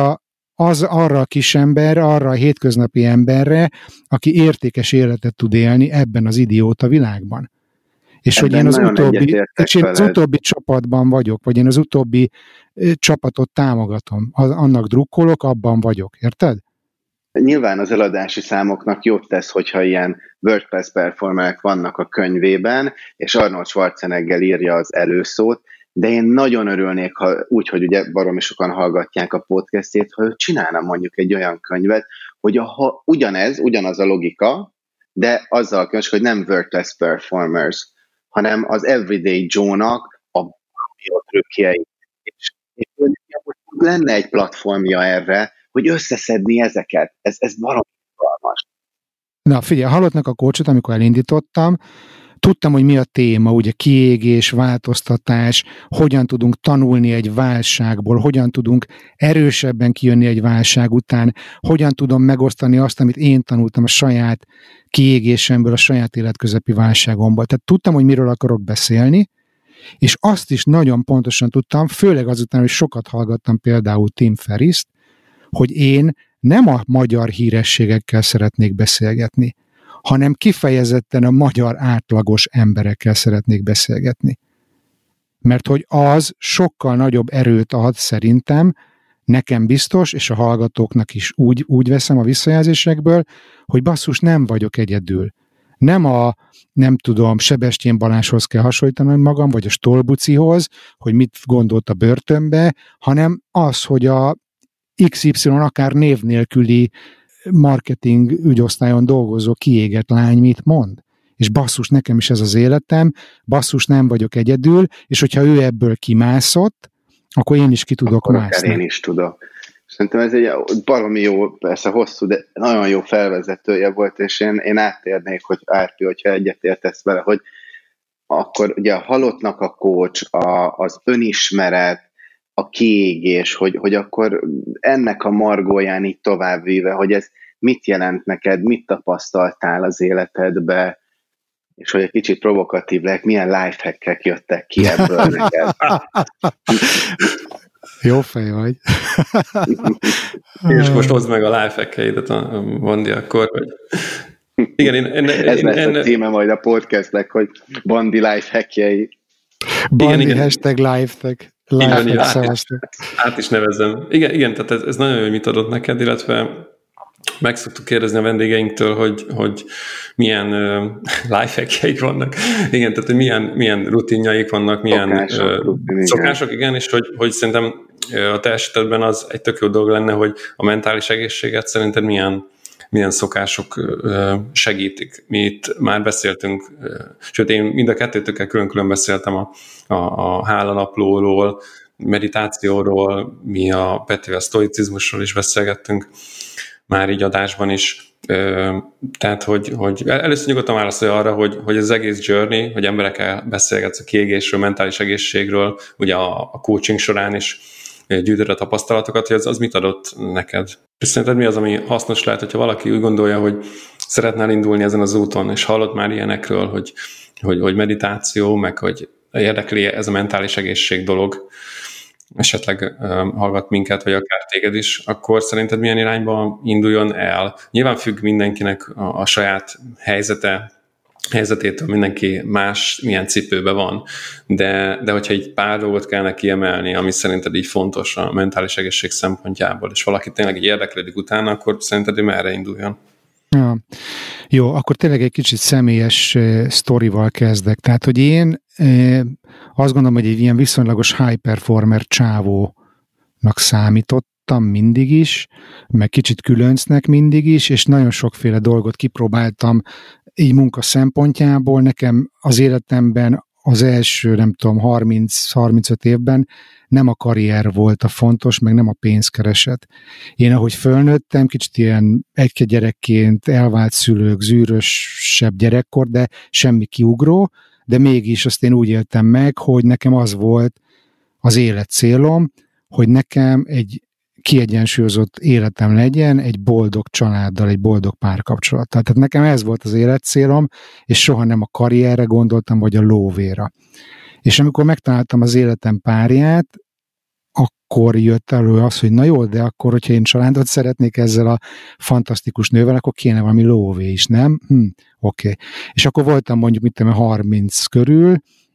arra a kis emberre, arra a hétköznapi emberre, aki értékes életet tud élni ebben az idióta világban. És hogy én az utóbbi csapatban vagyok, vagy én az utóbbi csapatot támogatom, annak drukkolok, abban vagyok, érted? Nyilván az eladási számoknak jót tesz, hogyha ilyen WordPress performerek vannak a könyvében, és Arnold Schwarzenegger írja az előszót, de én nagyon örülnék, ha úgy, hogy ugye baromi sokan hallgatják a podcastjét, ha csinálna mondjuk egy olyan könyvet, hogy ugyanaz a logika, de azzal különböző, hogy nem WordPress performers, hanem az Everyday Joe-nak a trükkjei. És lenne egy platformja erre, hogy összeszedni ezeket. Ez valami izgalmas. Na figyelj, Halottnak a Coachot, amikor elindítottam, tudtam, hogy mi a téma, ugye kiégés, változtatás, hogyan tudunk tanulni egy válságból, hogyan tudunk erősebben kijönni egy válság után, hogyan tudom megosztani azt, amit én tanultam a saját kiégésemből, a saját életközepi válságomból. Tehát tudtam, hogy miről akarok beszélni, és azt is nagyon pontosan tudtam, főleg azután, hogy sokat hallgattam például Tim Ferriszt, hogy én nem a magyar hírességekkel szeretnék beszélgetni, hanem kifejezetten a magyar átlagos emberekkel szeretnék beszélgetni. Mert hogy az sokkal nagyobb erőt ad szerintem, nekem biztos, és a hallgatóknak is úgy veszem a visszajelzésekből, hogy basszus, nem vagyok egyedül. Nem tudom, Sebestyén Balázshoz kell hasonlítanom magam, vagy a Stolbucihoz, hogy mit gondolt a börtönbe, hanem az, hogy a XY akár név nélküli marketing ügyosztályon dolgozó kiégett lány mit mond. És basszus, nekem is ez az életem, basszus, nem vagyok egyedül, és hogyha ő ebből kimászott, akkor én is ki tudok mászni. Én is tudok. Szerintem ez egy baromi jó, persze hosszú, de nagyon jó felvezetője volt, és én áttérnék, hogy Árpi, hogyha egyetértesz vele, hogy akkor ugye a Halottnak a coach, az önismeret, a kiégés, hogy akkor ennek a margóján így továbbvíve, hogy ez mit jelent neked, mit tapasztaltál az életedbe, és hogy egy kicsit provokatív lehet, milyen lifehackek jöttek ki ebből neked. Jó fej vagy. És most hozd meg a lifehackeidet, Bondi, akkor, hogy... Igen, ez lesz a címe majd a podcastnek, hogy Bandi life hackjei. Bandi igen. Hashtag life-tek. Át is nevezem. Igen, tehát ez nagyon jó, hogy mit adott neked, illetve meg szoktuk kérdezni a vendégeinktől, hogy milyen lifehackjeik vannak. Igen, tehát hogy milyen rutinjaik vannak, milyen szokások, igen, és hogy szerintem a te esetedben az egy tök jó dolog lenne, hogy a mentális egészséget szerinted milyen szokások segítik. Mi itt már beszéltünk, sőt én mind a kettőtökkel külön-külön beszéltem a hálanaplóról, meditációról, mi a Petivel sztoicizmusról is beszélgettünk, már így adásban is. Tehát, hogy először nyugodtan válaszolja arra, hogy az egész journey, hogy emberekkel beszélgetsz a kiégésről, mentális egészségről, ugye a coaching során is gyűjtöd a tapasztalatokat, hogy az mit adott neked? És szerinted mi az, ami hasznos lehet, hogyha valaki úgy gondolja, hogy szeretne elindulni ezen az úton, és hallott már ilyenekről, hogy meditáció, meg hogy érdekli ez a mentális egészség dolog, esetleg hallgat minket, vagy akár téged is, akkor szerinted milyen irányba induljon el? Nyilván függ mindenkinek a saját helyzetétől, mindenki más milyen cipőbe van, de hogyha egy pár dolgot kellene kiemelni, ami szerinted így fontos a mentális egészség szempontjából, és valaki tényleg így érdeklődik utána, akkor szerinted ő merre induljon? Ja. Jó, akkor tényleg egy kicsit személyes sztorival kezdek. Tehát, hogy én azt gondolom, hogy egy ilyen viszonylagos high performer csávónak számítottam mindig is, meg kicsit különcnek mindig is, és nagyon sokféle dolgot kipróbáltam így munka szempontjából. Nekem az életemben az első, nem tudom, 30-35 évben nem a karrier volt a fontos, meg nem a pénzkereset. Én ahogy fölnőttem, kicsit ilyen egy-két gyerekként, elvált szülők, zűrösebb gyerekkor, de semmi kiugró, de mégis azt én úgy éltem meg, hogy nekem az volt az élet célom, hogy nekem egy kiegyensúlyozott életem legyen, egy boldog családdal, egy boldog párkapcsolattal. Tehát nekem ez volt az életcélom, és soha nem a karrierre gondoltam, vagy a lóvéra. És amikor megtaláltam az életem párját, akkor jött elő az, hogy na jó, de akkor, hogyha én családot szeretnék ezzel a fantasztikus nővel, akkor kéne valami lóvé is, nem? Oké. És akkor voltam mondjuk, mit tudom, 30 körül,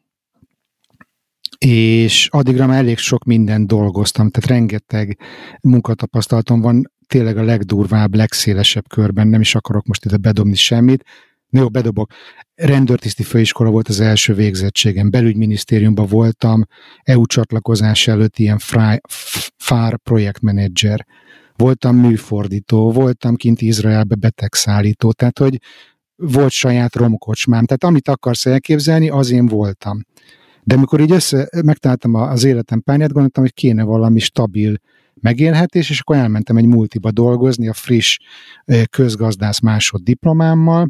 és addigra már elég sok mindent dolgoztam, tehát rengeteg munkatapasztalatom van, tényleg a legdurvább, legszélesebb körben, nem is akarok most ide bedobni semmit. Jó, bedobok. Rendőrtiszti főiskola volt az első végzettségem, belügyminisztériumban voltam, EU csatlakozás előtt ilyen FAR projektmenedzser, voltam műfordító, voltam kint Izraelbe betegszállító, tehát hogy volt saját romkocsmám, tehát amit akarsz elképzelni, az én voltam. De amikor így megtaláltam az életem pályát, gondoltam, hogy kéne valami stabil megélhetés, és akkor elmentem egy multiba dolgozni a friss közgazdász másoddiplomámmal,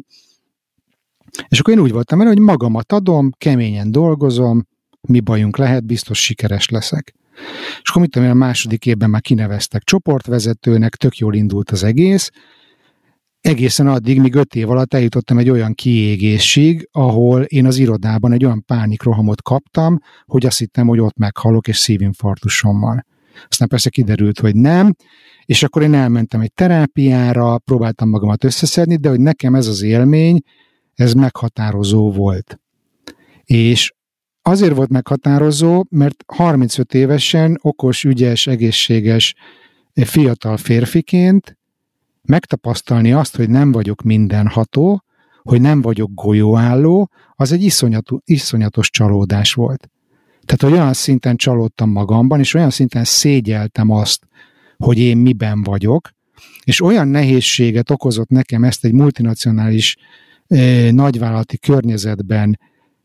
és akkor én úgy voltam vele, hogy magamat adom, keményen dolgozom, mi bajunk lehet, biztos sikeres leszek. És akkor mit tudom én, a második évben már kineveztek csoportvezetőnek, tök jól indult az egész, egészen addig, míg 5 év alatt eljutottam egy olyan kiégésig, ahol én az irodában egy olyan pánikrohamot kaptam, hogy azt hittem, hogy ott meghalok, és szívinfarktusom van. Aztán persze kiderült, hogy nem, és akkor én elmentem egy terápiára, próbáltam magamat összeszedni, de hogy nekem ez az élmény, ez meghatározó volt. És azért volt meghatározó, mert 35 évesen okos, ügyes, egészséges, fiatal férfiként megtapasztalni azt, hogy nem vagyok mindenható, hogy nem vagyok golyóálló, az egy iszonyatos csalódás volt. Tehát, hogy olyan szinten csalódtam magamban, és olyan szinten szégyeltem azt, hogy én miben vagyok, és olyan nehézséget okozott nekem ezt egy multinacionális nagyvállalati környezetben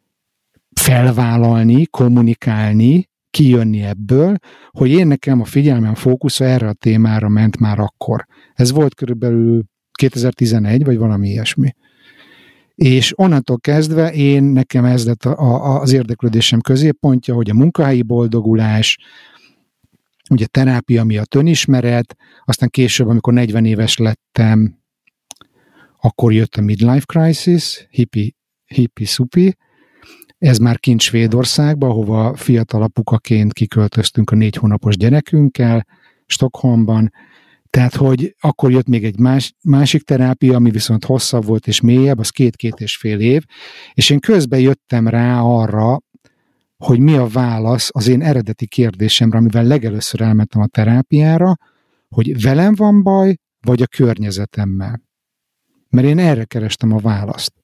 felvállalni, kommunikálni, kijönni ebből, hogy én nekem a figyelmem fókusza erre a témára ment már akkor. Ez volt körülbelül 2011, vagy valami ilyesmi. És onnantól kezdve nekem ez lett az érdeklődésem középpontja, hogy a munkahelyi boldogulás, ugye terápia miatt önismeret, aztán később, amikor 40 éves lettem, akkor jött a midlife crisis, hippi-szupi, ez már kint Svédországban, ahova fiatal apukaként kiköltöztünk a 4 hónapos gyerekünkkel, Stockholmban, Tehát, hogy akkor jött még egy másik terápia, ami viszont hosszabb volt és mélyebb, az 2-2,5 év, és én közben jöttem rá arra, hogy mi a válasz az én eredeti kérdésemre, amivel legelőször elmentem a terápiára, hogy velem van baj, vagy a környezetemmel. Mert én erre kerestem a választ.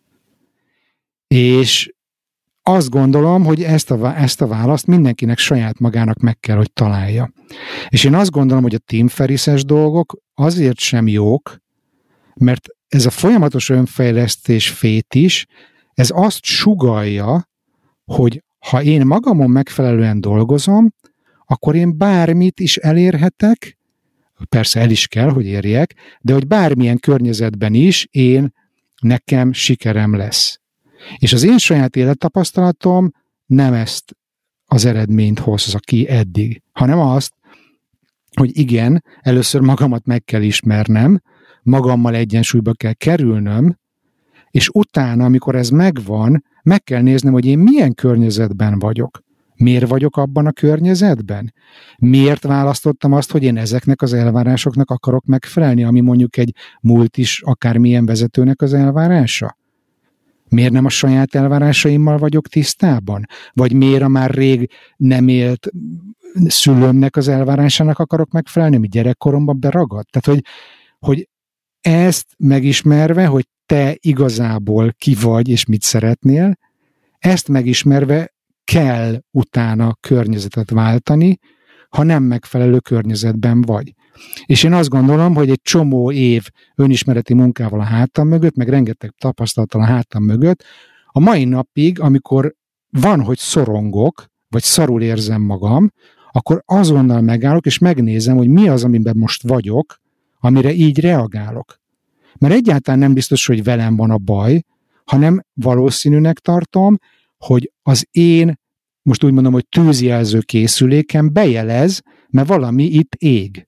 És azt gondolom, hogy ezt a választ mindenkinek saját magának meg kell, hogy találja. És én azt gondolom, hogy a Tim Ferriss-es dolgok azért sem jók, mert ez a folyamatos önfejlesztés fétis, ez azt sugallja, hogy ha én magamon megfelelően dolgozom, akkor én bármit is elérhetek, persze el is kell, hogy érjek, de hogy bármilyen környezetben is nekem sikerem lesz. És az én saját élettapasztalatom nem ezt az eredményt hozza ki eddig, hanem azt, hogy igen, először magamat meg kell ismernem, magammal egyensúlyba kell kerülnöm, és utána, amikor ez megvan, meg kell néznem, hogy én milyen környezetben vagyok. Miért vagyok abban a környezetben? Miért választottam azt, hogy én ezeknek az elvárásoknak akarok megfelelni, ami mondjuk egy multis, akármilyen vezetőnek az elvárása? Miért nem a saját elvárásaimmal vagyok tisztában? Vagy miért a már rég nem élt szülőmnek az elvárásának akarok megfelelni, ami gyerekkoromban beragadt? Tehát, hogy ezt megismerve, hogy te igazából ki vagy, és mit szeretnél, ezt megismerve kell utána környezetet váltani, ha nem megfelelő környezetben vagy. És én azt gondolom, hogy egy csomó év önismereti munkával a hátam mögött, meg rengeteg tapasztalattal a hátam mögött, a mai napig, amikor van, hogy szorongok, vagy szarul érzem magam, akkor azonnal megállok, és megnézem, hogy mi az, amiben most vagyok, amire így reagálok. Mert egyáltalán nem biztos, hogy velem van a baj, hanem valószínűnek tartom, hogy az én, most úgy mondom, hogy tűzjelző készülékem bejelez, mert valami itt ég.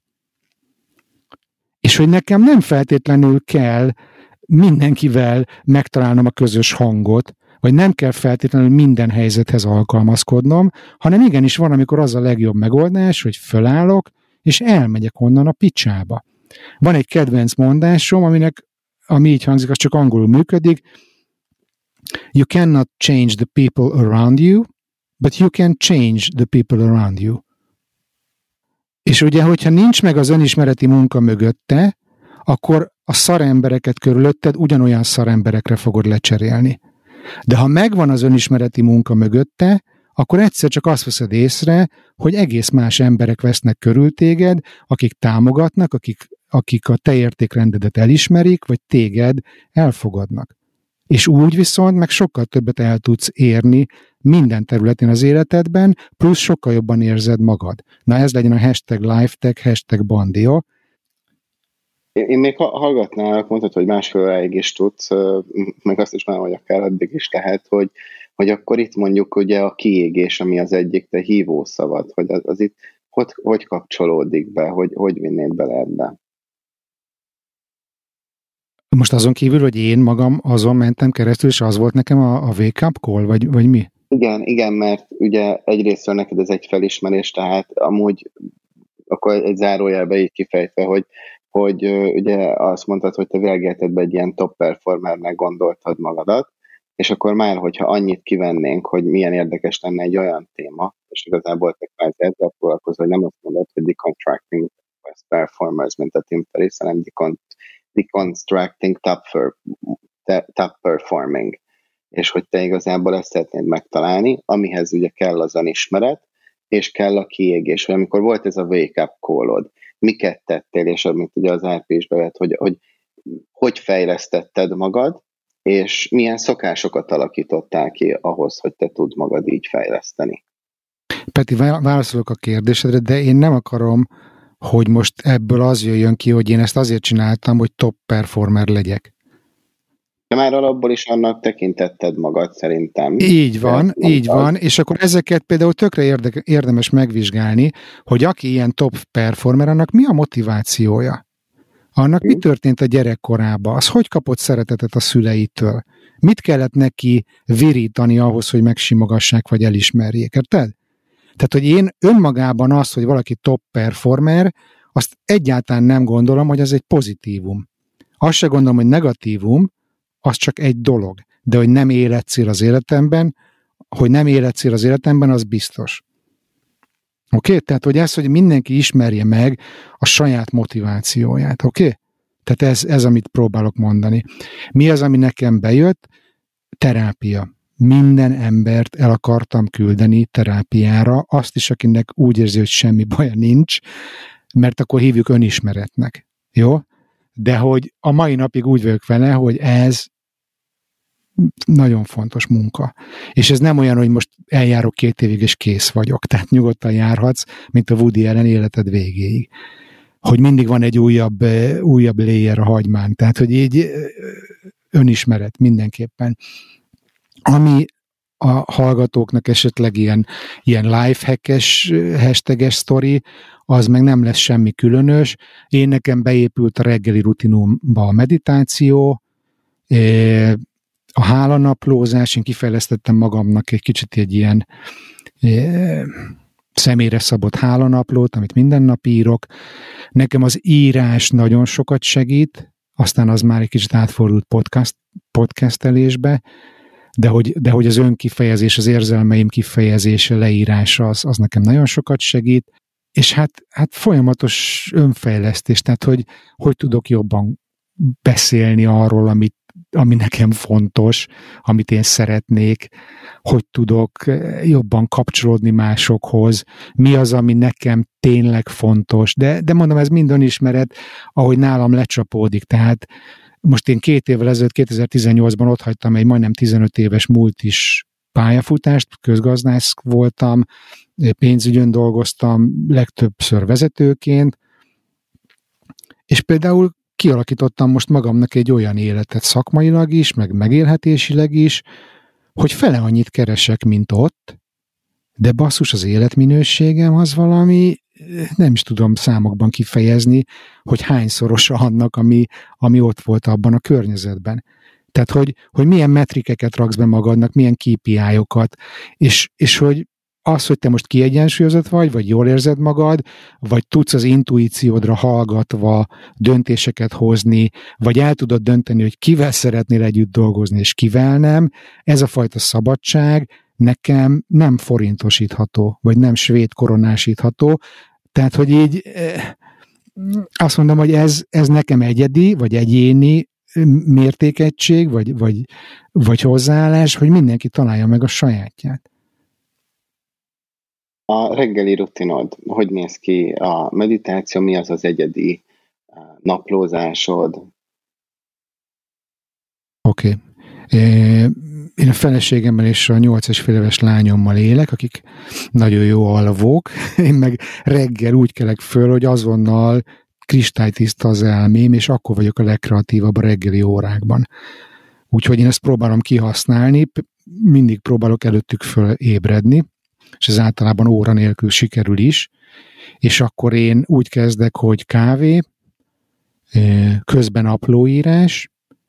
És hogy nekem nem feltétlenül kell mindenkivel megtalálnom a közös hangot, vagy nem kell feltétlenül minden helyzethez alkalmazkodnom, hanem igenis van, amikor az a legjobb megoldás, hogy fölállok, és elmegyek onnan a picsába. Van egy kedvenc mondásom, ami így hangzik, az csak angolul működik. You cannot change the people around you, but you can change the people around you. És ugye, hogyha nincs meg az önismereti munka mögötte, akkor a szarembereket körülötted ugyanolyan szaremberekre fogod lecserélni. De ha megvan az önismereti munka mögötte, akkor egyszer csak azt veszed észre, hogy egész más emberek vesznek körül téged, akik támogatnak, akik a te értékrendedet elismerik, vagy téged elfogadnak. És úgy viszont meg sokkal többet el tudsz érni minden területén az életedben, plusz sokkal jobban érzed magad. Na ez legyen a #LifeTech, #Bandio. Én még hallgatnálak, mondtad, hogy másfél óráig is tudsz, meg azt is már, hogy akár addig is lehet, hogy akkor itt mondjuk ugye a kiégés, ami az egyik te hívószavad, hogy az itt hogy kapcsolódik be, hogy vinnéd bele ebbe? Most azon kívül, hogy én magam azon mentem keresztül, és az volt nekem a wake-up call, vagy mi? Igen, mert ugye egyrésztről neked ez egy felismerés, tehát amúgy akkor egy zárójelbe így kifejtve, hogy ugye azt mondtad, hogy te világéletedben egy ilyen top performernek gondoltad magadat, és akkor már, hogyha annyit kivennénk, hogy milyen érdekes lenne egy olyan téma, és igazából te kvázi ezzel foglalkozol, hogy nem azt mondod, hogy deconstructing best performers, mint a Tim Ferriss, hanem deconstructing top performing. És hogy te igazából ezt szeretnéd megtalálni, amihez ugye kell az önismeret, és kell a kiégés, hogy amikor volt ez a wake-up call-od, miket tettél, és amit ugye az RP is bevett, hogy fejlesztetted magad, és milyen szokásokat alakítottál ki ahhoz, hogy te tudd magad így fejleszteni. Peti, válaszolok a kérdésedre, de én nem akarom, hogy most ebből az jöjjön ki, hogy én ezt azért csináltam, hogy top performer legyek. De már alapból is annak tekintetted magad szerintem. Így van, és akkor ezeket például tökre érdemes megvizsgálni, hogy aki ilyen top performer, annak mi a motivációja? Annak mi történt a gyerekkorában? Az hogy kapott szeretetet a szüleitől? Mit kellett neki virítani ahhoz, hogy megsimogassák, vagy elismerjék? Érted? Tehát, hogy én önmagában az, hogy valaki top performer, azt egyáltalán nem gondolom, hogy az egy pozitívum. Azt se gondolom, hogy negatívum, az csak egy dolog. De hogy nem életcél az életemben, az biztos. Oké? Tehát, hogy ez, hogy mindenki ismerje meg a saját motivációját. Oké? Tehát ez, amit próbálok mondani. Mi az, ami nekem bejött? Terápia. Minden embert el akartam küldeni terápiára, azt is, akinek úgy érzi, hogy semmi baja nincs, mert akkor hívjuk önismeretnek. Jó? De hogy a mai napig úgy vagyok vele, hogy ez nagyon fontos munka. És ez nem olyan, hogy most eljárok 2 évig, és kész vagyok. Tehát nyugodtan járhatsz, mint a Woody Allen életed végéig. Hogy mindig van egy újabb layer a hagymán. Tehát, hogy így önismeret mindenképpen. Ami a hallgatóknak esetleg ilyen lifehack-es, hashtages sztori, az meg nem lesz semmi különös. Én nekem beépült a reggeli rutinomba a meditáció, a hálanaplózás, én kifejlesztettem magamnak egy kicsit egy ilyen személyre szabott hálanaplót, amit minden nap írok. Nekem az írás nagyon sokat segít, aztán az már egy kicsit átfordult podcastelésbe, de hogy az önkifejezés, az érzelmeim kifejezése, leírása, az nekem nagyon sokat segít, és hát folyamatos önfejlesztés, tehát hogy tudok jobban beszélni arról, ami nekem fontos, amit én szeretnék, hogy tudok jobban kapcsolódni másokhoz, mi az, ami nekem tényleg fontos, de mondom, ez mind önismeret, ahogy nálam lecsapódik, tehát most én 2 évvel ezelőtt, 2018-ban otthagytam egy majdnem 15 éves multis pályafutást, közgazdász voltam, pénzügyön dolgoztam, legtöbbször vezetőként, és például kialakítottam most magamnak egy olyan életet szakmailag is, meg megélhetésileg is, hogy fele annyit keresek, mint ott, de basszus, az életminőségem az valami, nem is tudom számokban kifejezni, hogy hányszorosa annak, ami ott volt abban a környezetben. Tehát, hogy milyen metrikeket raksz be magadnak, milyen KPI-okat, és hogy az, hogy te most kiegyensúlyozott vagy jól érzed magad, vagy tudsz az intuíciódra hallgatva döntéseket hozni, vagy el tudod dönteni, hogy kivel szeretnél együtt dolgozni, és kivel nem, ez a fajta szabadság nekem nem forintosítható, vagy nem svéd koronásítható. Tehát, hogy így azt mondom, hogy ez nekem egyedi, vagy egyéni mértékegység, vagy hozzáállás, hogy mindenki találja meg a sajátját. A reggeli rutinod, hogy néz ki a meditáció, mi az az egyedi naplózásod? Oké. Én a feleségemmel és a 8,5 éves lányommal élek, akik nagyon jó alvók. Én meg reggel úgy kelek föl, hogy azonnal kristálytiszta az elmém, és akkor vagyok a legkreatívabb a reggeli órákban. Úgyhogy én ezt próbálom kihasználni, mindig próbálok előttük föl ébredni, és ez általában óra nélkül sikerül is, és akkor én úgy kezdek, hogy kávé, közben naplóírás,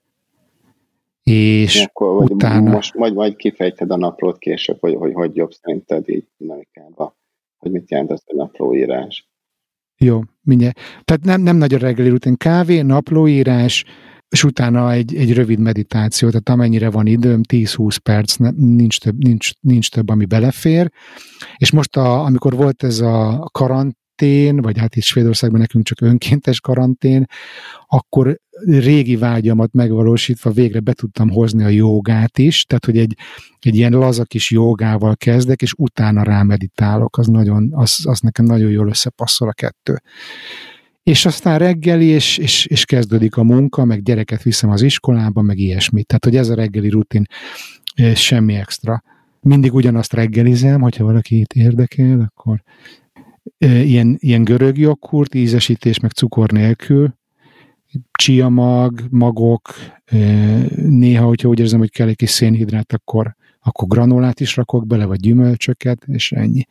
és akkor utána... Most majd kifejted a naplót később, hogy jobb szerinted így dinamikába, hogy mit jelent az a naplóírás. Jó, mindjárt. Tehát nem nagy a reggeli rutin, kávé, naplóírás, és utána egy rövid meditáció, tehát amennyire van időm, 10-20 perc, nincs több, ami belefér. És most, amikor volt ez a karantén, vagy hát itt Svédországban nekünk csak önkéntes karantén, akkor régi vágyamat megvalósítva végre be tudtam hozni a jogát is, tehát hogy egy ilyen laza kis jogával kezdek, és utána rámeditálok, az nekem nagyon jól összepasszol a kettő. És aztán reggeli, és kezdődik a munka, meg gyereket viszem az iskolába, meg ilyesmi. Tehát, hogy ez a reggeli rutin, semmi extra. Mindig ugyanazt reggelizem, hogyha valaki itt érdekel, akkor ilyen görög joghurt, ízesítés, meg cukor nélkül, chia magok, néha, hogyha úgy érzem, hogy kell egy kis szénhidrát, akkor granulát is rakok bele, vagy gyümölcsöket, és ennyi.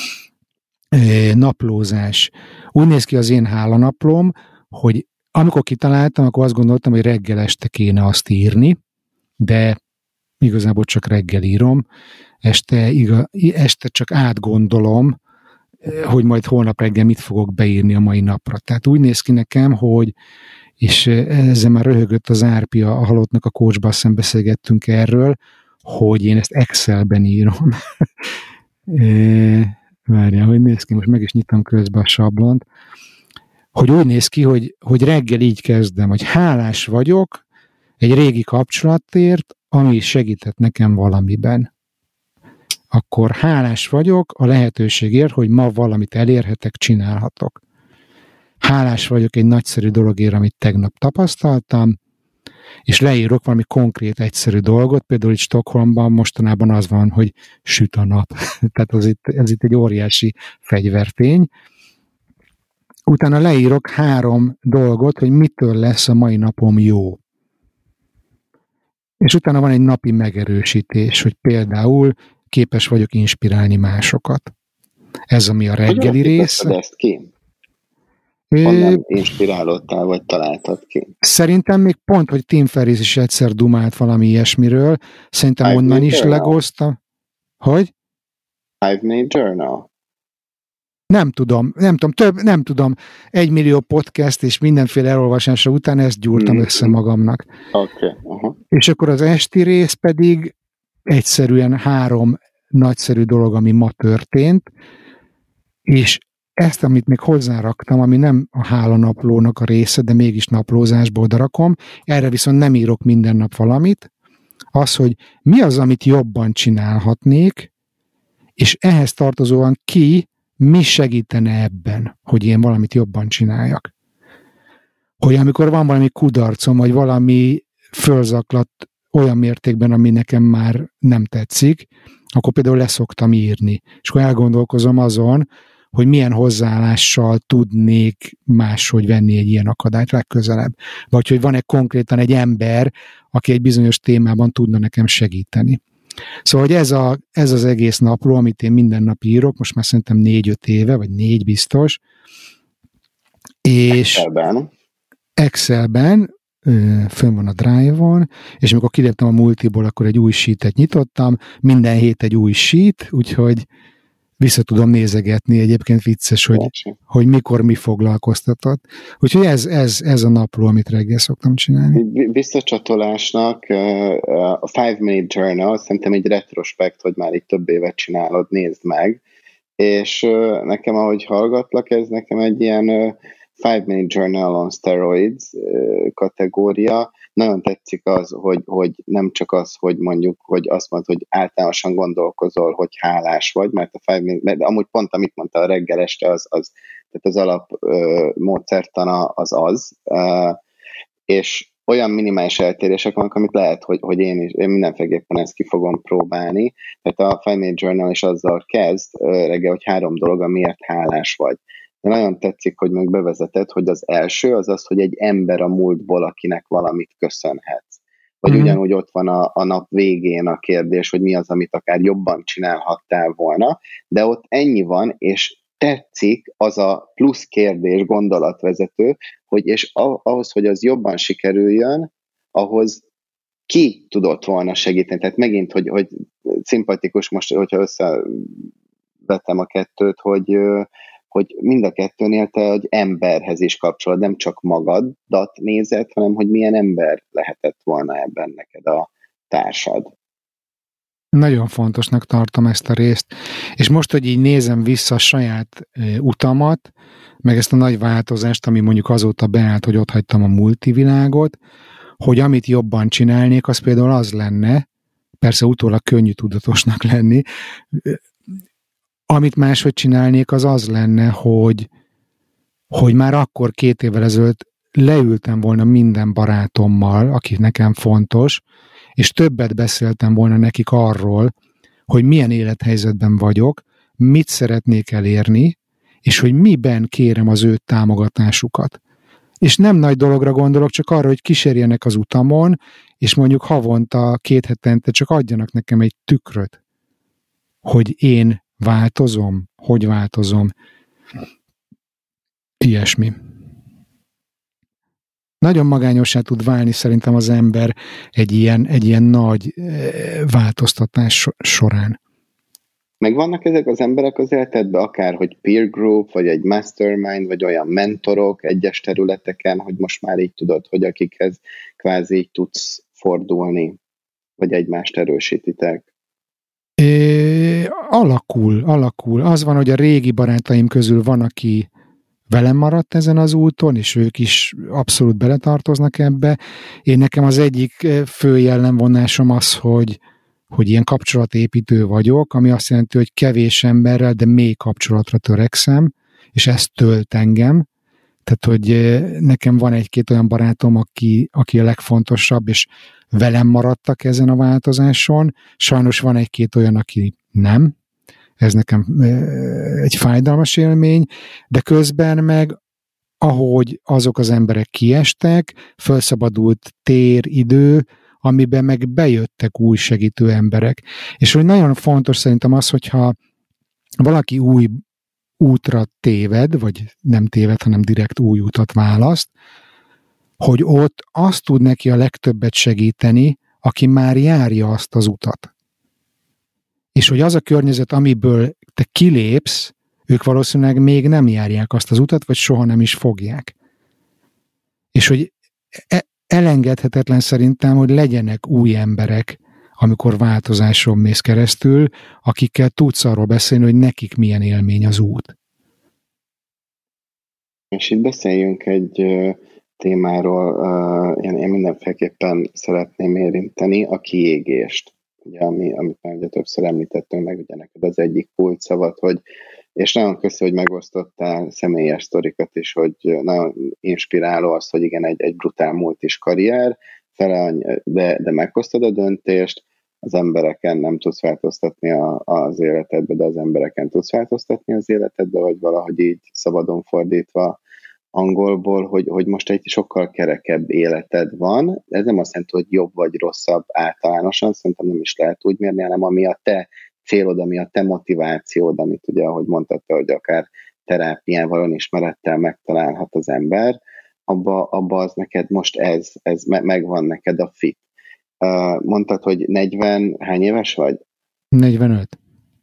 Naplózás. Úgy néz ki az én hálanaplóm, hogy amikor kitaláltam, akkor azt gondoltam, hogy reggel este kéne azt írni, de igazából csak reggel írom, este csak átgondolom, hogy majd holnap reggel mit fogok beírni a mai napra. Tehát úgy néz ki nekem, hogy, és ezzel már röhögött az Árpi, a halottnak a coachban, beszélgettünk erről, hogy én ezt Excelben írom. Várjál, hogy néz ki, most meg is nyitom közben a sablont, hogy úgy néz ki, hogy reggel így kezdem, hogy hálás vagyok egy régi kapcsolatért, ami segített nekem valamiben. Akkor hálás vagyok a lehetőségért, hogy ma valamit elérhetek, csinálhatok. Hálás vagyok egy nagyszerű dologért, amit tegnap tapasztaltam, és leírok valami konkrét, egyszerű dolgot, például itt Stockholmban mostanában az van, hogy süt a nap. Tehát ez itt egy óriási fegyvertény. Utána leírok 3 dolgot, hogy mitől lesz a mai napom jó. És utána van egy napi megerősítés, hogy például képes vagyok inspirálni másokat. Ez, ami a reggeli rész. Ezt ki? Honnan inspirálódtál, vagy találtad ki? Szerintem még pont, hogy Tim Ferriss is egyszer dumált valami ilyesmiről. Szerintem onnan is legoztam. Hogy? 5 Minute Journal. Nem tudom. 1 millió podcast és mindenféle elolvasása után ezt gyúrtam össze magamnak. Okay. És akkor az esti rész pedig egyszerűen 3 nagyszerű dolog, ami ma történt, és ezt, amit még hozzáraktam, ami nem a hálanaplónak a része, de mégis naplózásból odarakom, erre viszont nem írok minden nap valamit, az, hogy mi az, amit jobban csinálhatnék, és ehhez tartozóan mi segítene ebben, hogy én valamit jobban csináljak. Hogy amikor van valami kudarcom, vagy valami fölzaklat olyan mértékben, ami nekem már nem tetszik, akkor például leszoktam írni. És akkor elgondolkozom azon, hogy milyen hozzáállással tudnék máshogy venni egy ilyen akadályt legközelebb. Vagy hogy van-e konkrétan egy ember, aki egy bizonyos témában tudna nekem segíteni. Szóval, hogy ez az egész napló, amit én minden nap írok, most már szerintem 4-5 éve, vagy 4 biztos. És Excelben fönn van a Drive-on, és amikor kiléptem a multiból, akkor egy új sheetet nyitottam, minden hét egy új sheet, úgyhogy vissza tudom nézegetni, egyébként vicces, hogy mikor mi foglalkoztatott. Úgyhogy ez a napló, amit reggel szoktam csinálni. Visszacsatolásnak a 5 Minute Journal, szerintem egy retrospekt, hogy már itt több évet csinálod, nézd meg, és nekem, ahogy hallgatlak, ez nekem egy ilyen 5 Minute Journal on Steroids kategória. Nagyon tetszik az, hogy nem csak az, hogy mondjuk, hogy azt mondod, hogy általánosan gondolkozol, hogy hálás vagy, mert a 5 minute, de amúgy pont, amit mondta a reggel este, tehát az alap módszertana az, és olyan minimális eltérések vannak, amit lehet, hogy én mindenféleképpen ezt ki fogom próbálni. Tehát a 5 Minute Journal is azzal kezd reggel, hogy 3 dolog, amiért hálás vagy. De nagyon tetszik, hogy meg bevezeted, hogy az első az, hogy egy ember a múltból, akinek valamit köszönhetsz. Vagy ugyanúgy ott van a nap végén a kérdés, hogy mi az, amit akár jobban csinálhattál volna, de ott ennyi van, és tetszik az a plusz kérdés, gondolatvezető, hogy és ahhoz, hogy az jobban sikerüljön, ahhoz ki tudott volna segíteni. Tehát megint, hogy szimpatikus most, hogyha összevetem a kettőt, hogy mind a kettőnél te egy emberhez is kapcsolod, nem csak magadat nézed, hanem hogy milyen ember lehetett volna ebben neked a társad. Nagyon fontosnak tartom ezt a részt, és most, hogy így nézem vissza a saját utamat, meg ezt a nagy változást, ami mondjuk azóta beállt, hogy ott hagytam a multivilágot, hogy amit jobban csinálnék, az például az lenne, persze utólag könnyű tudatosnak lenni, amit máshogy csinálnék, az lenne, hogy már akkor 2 évvel ezelőtt leültem volna minden barátommal, aki nekem fontos, és többet beszéltem volna nekik arról, hogy milyen élethelyzetben vagyok, mit szeretnék elérni, és hogy miben kérem az ő támogatásukat. És nem nagy dologra gondolok, csak arra, hogy kísérjenek az utamon, és mondjuk havonta 2 hetente csak adjanak nekem egy tükröt, hogy én változom, hogy változom. Ilyesmi. Nagyon magányossá tud válni szerintem az ember egy ilyen nagy változtatás során. Megvannak ezek az emberek az életedben, akár hogy peer group, vagy egy mastermind, vagy olyan mentorok egyes területeken, hogy most már így tudod, hogy akikhez kvázi így tudsz fordulni, vagy egymást erősítitek? Alakul. Az van, hogy a régi barátaim közül van, aki velem maradt ezen az úton, és ők is abszolút beletartoznak ebbe. Nekem az egyik fő jellemvonásom az, hogy ilyen kapcsolatépítő vagyok, ami azt jelenti, hogy kevés emberrel, de mély kapcsolatra törekszem, és ez tölt engem. Tehát, hogy nekem van egy-két olyan barátom, aki a legfontosabb, és velem maradtak ezen a változáson. Sajnos van egy-két olyan, aki nem. Ez nekem egy fájdalmas élmény, de közben meg, ahogy azok az emberek kiestek, felszabadult tér, idő, amiben meg bejöttek új segítő emberek. És hogy nagyon fontos szerintem az, hogyha valaki új útra téved, vagy nem téved, hanem direkt új utat választ, hogy ott azt tud neki a legtöbbet segíteni, aki már járja azt az utat. És hogy az a környezet, amiből te kilépsz, ők valószínűleg még nem járják azt az utat, vagy soha nem is fogják. És hogy elengedhetetlen szerintem, hogy legyenek új emberek, amikor változáson mész keresztül, akikkel tudsz arról beszélni, hogy nekik milyen élmény az út. És itt beszéljünk egy témáról, én mindenféleképpen szeretném érinteni, a kiégést. Ugye, amit már ugye többször említettünk meg, ugye neked az egyik kulcsszavad, hogy és nagyon köszi, hogy megosztottál személyes sztorikat is, hogy nagyon inspiráló az, hogy igen, egy brutál multis karrier, de meghoztad a döntést, az embereken nem tudsz változtatni az életedbe, de az embereken tudsz változtatni az életedbe, vagy valahogy így szabadon fordítva angolból, hogy most egy sokkal kerekebb életed van. Ez nem azt jelenti, hogy jobb vagy rosszabb általánosan, szerintem nem is lehet úgy mérni, hanem ami a te célod, ami a te motivációd, amit ugye, ahogy mondtad, hogy akár terápiával, önismerettel megtalálhat az ember, abba az neked most ez megvan neked a fit. Mondtad, hogy 40, hány éves vagy? 45.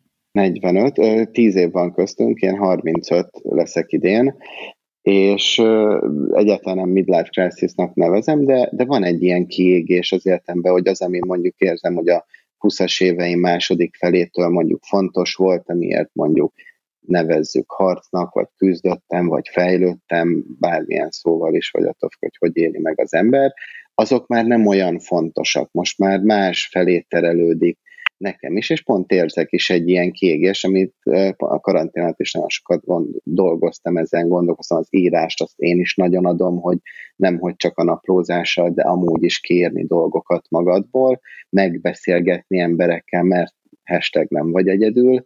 45, 10 év van köztünk, én 35 leszek idén, és egyáltalán nem midlife crisisnak nevezem, de van egy ilyen kiégés az életemben, hogy az, ami mondjuk érzem, hogy a 20-as éveim második felétől mondjuk fontos volt, amiért mondjuk nevezzük harcnak, vagy küzdöttem, vagy fejlődtem, bármilyen szóval is, vagy attól, hogy éli meg az ember, azok már nem olyan fontosak, most már más felé terelődik nekem is, és pont érzek is egy ilyen kiégés, amit a karanténát is nagyon sokat dolgoztam ezen, gondolkoztam, az írást, azt én is nagyon adom, hogy nem hogy csak a naplózással, de amúgy is kérni dolgokat magadból, megbeszélgetni emberekkel, mert # nem vagy egyedül,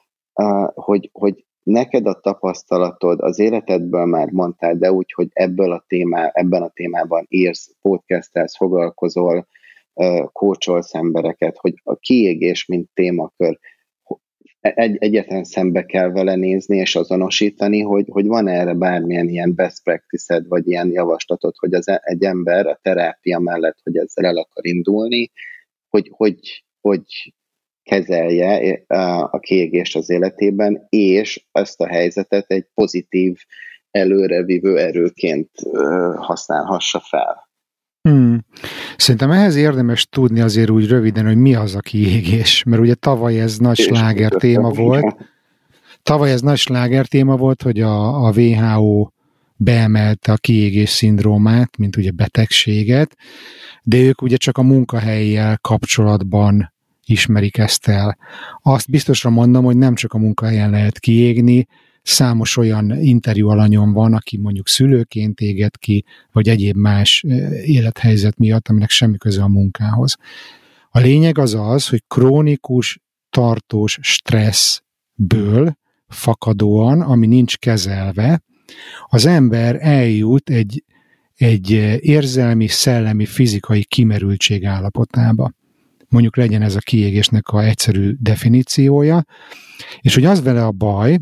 hogy neked a tapasztalatod az életedből már mondtál, de úgy, hogy ebben a témában írsz, podcastelsz, foglalkozol, coacholsz embereket, hogy a kiégés, mint témakör, egyetlen szembe kell vele nézni és azonosítani, hogy van erre bármilyen ilyen best practice-ed, vagy ilyen javaslatod, hogy egy ember a terápia mellett, hogy ezzel el akar indulni, hogy kezelje a kiégést az életében, és ezt a helyzetet egy pozitív, előrevívő erőként használhassa fel. Szerintem ehhez érdemes tudni azért úgy röviden, hogy mi az a kiégés, mert ugye tavaly ez nagy sláger téma volt. Tavaly ez nagy sláger téma volt, hogy a WHO beemelte a kiégés szindrómát, mint ugye betegséget, de ők ugye csak a munkahelyjel kapcsolatban ismerik ezt el. Azt biztosra mondom, hogy nem csak a munkahelyen lehet kiégni, számos olyan interjú alanyom van, aki mondjuk szülőként éget ki, vagy egyéb más élethelyzet miatt, aminek semmi köze a munkához. A lényeg az, hogy krónikus, tartós stresszből fakadóan, ami nincs kezelve, az ember eljut egy érzelmi, szellemi, fizikai kimerültség állapotába. Mondjuk legyen ez a kiégésnek a egyszerű definíciója, és hogy az vele a baj,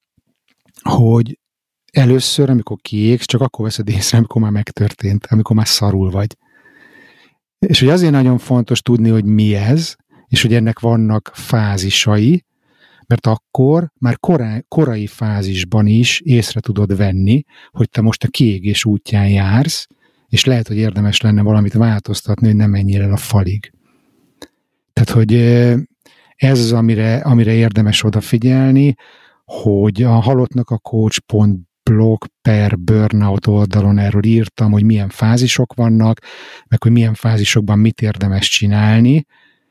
hogy először, amikor kiégsz, csak akkor veszed észre, amikor már megtörtént, amikor már szarul vagy. És hogy azért nagyon fontos tudni, hogy mi ez, és hogy ennek vannak fázisai, Mert akkor már korai fázisban is észre tudod venni, hogy te most a kiégés útján jársz, és lehet, hogy érdemes lenne valamit változtatni, hogy ne menjél el a falig. Tehát, hogy ez az, amire érdemes odafigyelni, hogy a halottnak a coach.blog per burnout oldalon erről írtam, hogy milyen fázisok vannak, meg hogy milyen fázisokban mit érdemes csinálni.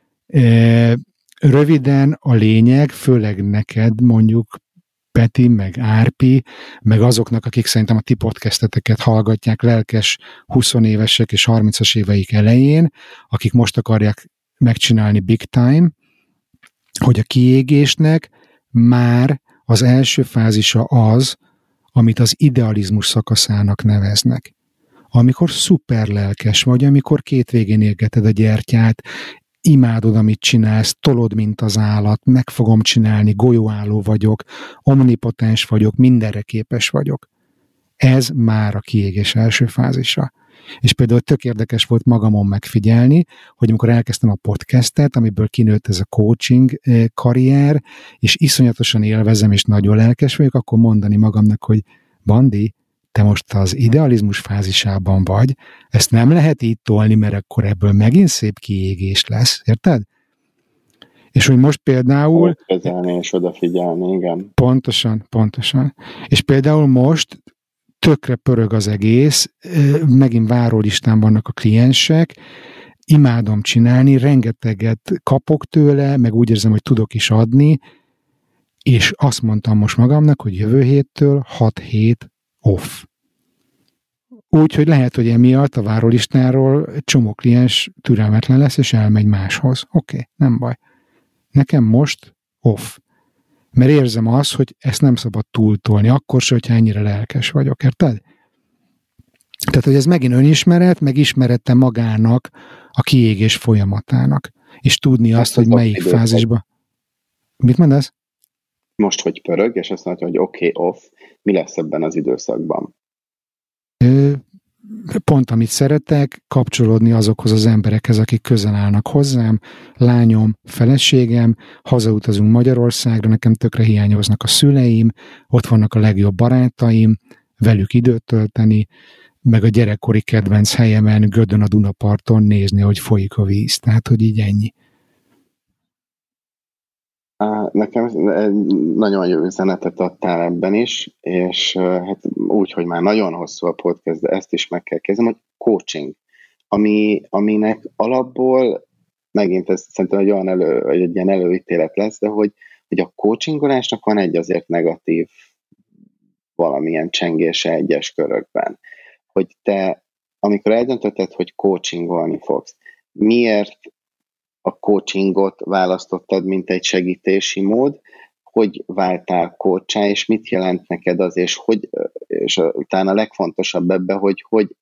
Röviden a lényeg, főleg neked mondjuk Peti, meg Árpi, meg azoknak, akik szerintem a ti podcasteteket hallgatják, lelkes 20 évesek és 30-as éveik elején, akik most akarják megcsinálni big time, hogy a kiégésnek már az első fázisa az, amit az idealizmus szakaszának neveznek. Amikor szuper lelkes vagy, amikor két végén égeted a gyertyát, imádod, amit csinálsz, tolod, mint az állat, meg fogom csinálni, golyóálló vagyok, omnipotens vagyok, mindenre képes vagyok. Ez már a kiégés első fázisa. És például tök érdekes volt magamon megfigyelni, hogy amikor elkezdtem a podcastet, amiből kinőtt ez a coaching karrier, és iszonyatosan élvezem, és nagyon lelkes vagyok, akkor mondani magamnak, hogy Bandi, te most az idealizmus fázisában vagy, ezt nem lehet így tolni, mert akkor ebből megint szép kiégés lesz, érted? És hogy most például... Kezelni és odafigyelni, igen. Pontosan. És például most tökre pörög az egész, megint várólistán vannak a kliensek, imádom csinálni, rengeteget kapok tőle, meg úgy érzem, hogy tudok is adni, és azt mondtam most magamnak, hogy jövő héttől 6 hét off. Úgyhogy lehet, hogy emiatt a várólistáról egy csomó kliens türelmetlen lesz, és elmegy máshoz. Oké, nem baj. Nekem most off. Mert érzem azt, hogy ezt nem szabad túltolni, akkor se, hogyha ennyire lelkes vagyok, érted? Tehát, hogy ez megint önismeret, meg ismerete magának a kiégés folyamatának. És tudni azt, hogy melyik fázisban. Mit mondasz? Most, hogy pörög, és azt mondja, hogy oké, off, mi lesz ebben az időszakban? Pont amit szeretek, kapcsolódni azokhoz az emberekhez, akik közel állnak hozzám, lányom, feleségem, hazautazunk Magyarországra, nekem tökre hiányoznak a szüleim, ott vannak a legjobb barátaim, velük időt tölteni, meg a gyerekkori kedvenc helyemen, Gödön a Dunaparton nézni, hogy folyik a víz. Tehát, hogy így ennyi. Nekem nagyon jó üzenetet adtál ebben is, és hát úgy, hogy már nagyon hosszú a podcast, de ezt is meg kell kezdeni, hogy coaching, aminek alapból megint ez szerintem egy ilyen előítélet lesz, de hogy a coachingolásnak van egy azért negatív valamilyen csengése egyes körökben. Hogy te, amikor eldöntötted, hogy coachingolni fogsz, miért a coachingot választottad, mint egy segítési mód, hogy váltál coachá, és mit jelent neked az, és talán a legfontosabb ebben, hogy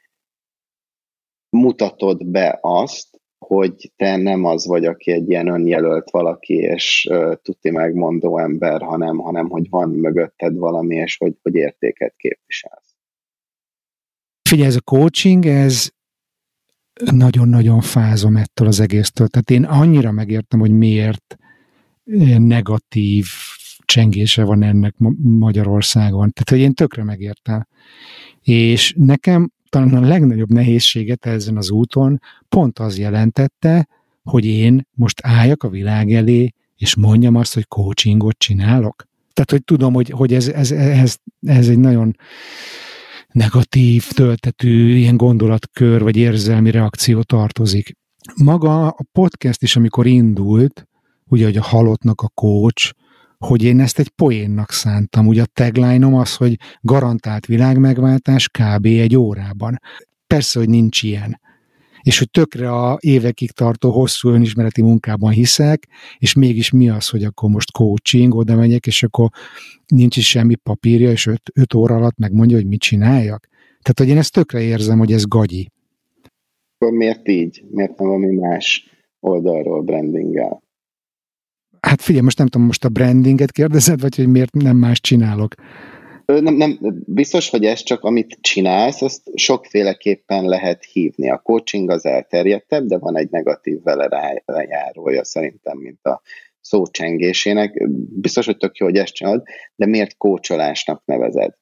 mutatod be azt, hogy te nem az vagy, aki egy ilyen önjelölt valaki, és tuti megmondó ember, hanem hogy van mögötted valami, és hogy értéket képviselsz. Figyelj, ez a coaching, ez nagyon-nagyon fázom ettől az egésztől. Tehát én annyira megértem, hogy miért negatív csengése van ennek Magyarországon. Tehát, hogy én tökre megértem. És nekem talán a legnagyobb nehézséget ezen az úton pont az jelentette, hogy én most álljak a világ elé, és mondjam azt, hogy coachingot csinálok. Tehát, hogy tudom, hogy ez egy nagyon negatív töltetű ilyen gondolatkör, vagy érzelmi reakció tartozik. Maga a podcast is, amikor indult, ugye, hogy a halottnak a coach, hogy én ezt egy poénnak szántam. Ugye a tagline-om az, hogy garantált világmegváltás kb. Egy órában. Persze, hogy nincs ilyen. És hogy tökre a évekig tartó hosszú önismereti munkában hiszek, és mégis mi az, hogy akkor most coaching, oda megyek, és akkor nincs is semmi papírja, és 5 óra alatt megmondja, hogy mit csináljak. Tehát, hogy én ezt tökre érzem, hogy ez gagyi. Akkor miért így? Miért nem valami más oldalról brandinggel? Hát figyelj, most nem tudom, most a brandinget kérdezed, vagy hogy miért nem más csinálok? Nem, biztos, hogy ez csak amit csinálsz, azt sokféleképpen lehet hívni. A coaching az elterjedtebb, de van egy negatív vele rájárója szerintem, mint a szócsengésének. Biztos, hogy tök jó, hogy ezt csinálod, de miért kócsolásnak nevezed?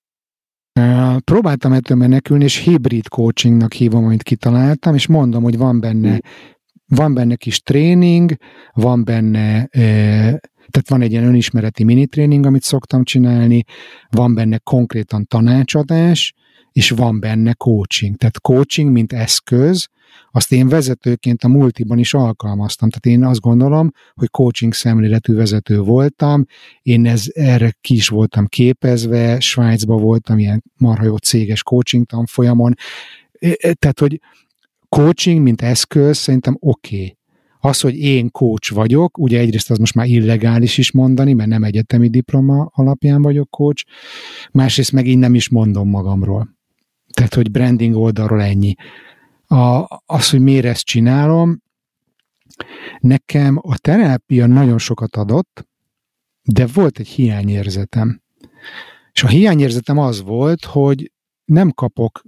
Próbáltam ettől menekülni, és hibrid coachingnak hívom, amit kitaláltam, és mondom, hogy van benne kis tréning, van benne, tehát van egy ilyen önismereti mini tréning, amit szoktam csinálni, van benne konkrétan tanácsadás, és van benne coaching. Tehát coaching, mint eszköz, azt én vezetőként a multiban is alkalmaztam. Tehát én azt gondolom, hogy coaching szemléletű vezető voltam, én erre ki is voltam képezve, Svájcban voltam ilyen marha jó céges coaching tanfolyamon. Tehát, hogy coaching, mint eszköz, szerintem oké. Az, hogy én coach vagyok, ugye egyrészt az most már illegális is mondani, mert nem egyetemi diploma alapján vagyok coach, másrészt meg én nem is mondom magamról. Tehát, hogy branding oldalról ennyi. Az, hogy miért ezt csinálom, nekem a terápia nagyon sokat adott, de volt egy hiányérzetem. És a hiányérzetem az volt, hogy nem kapok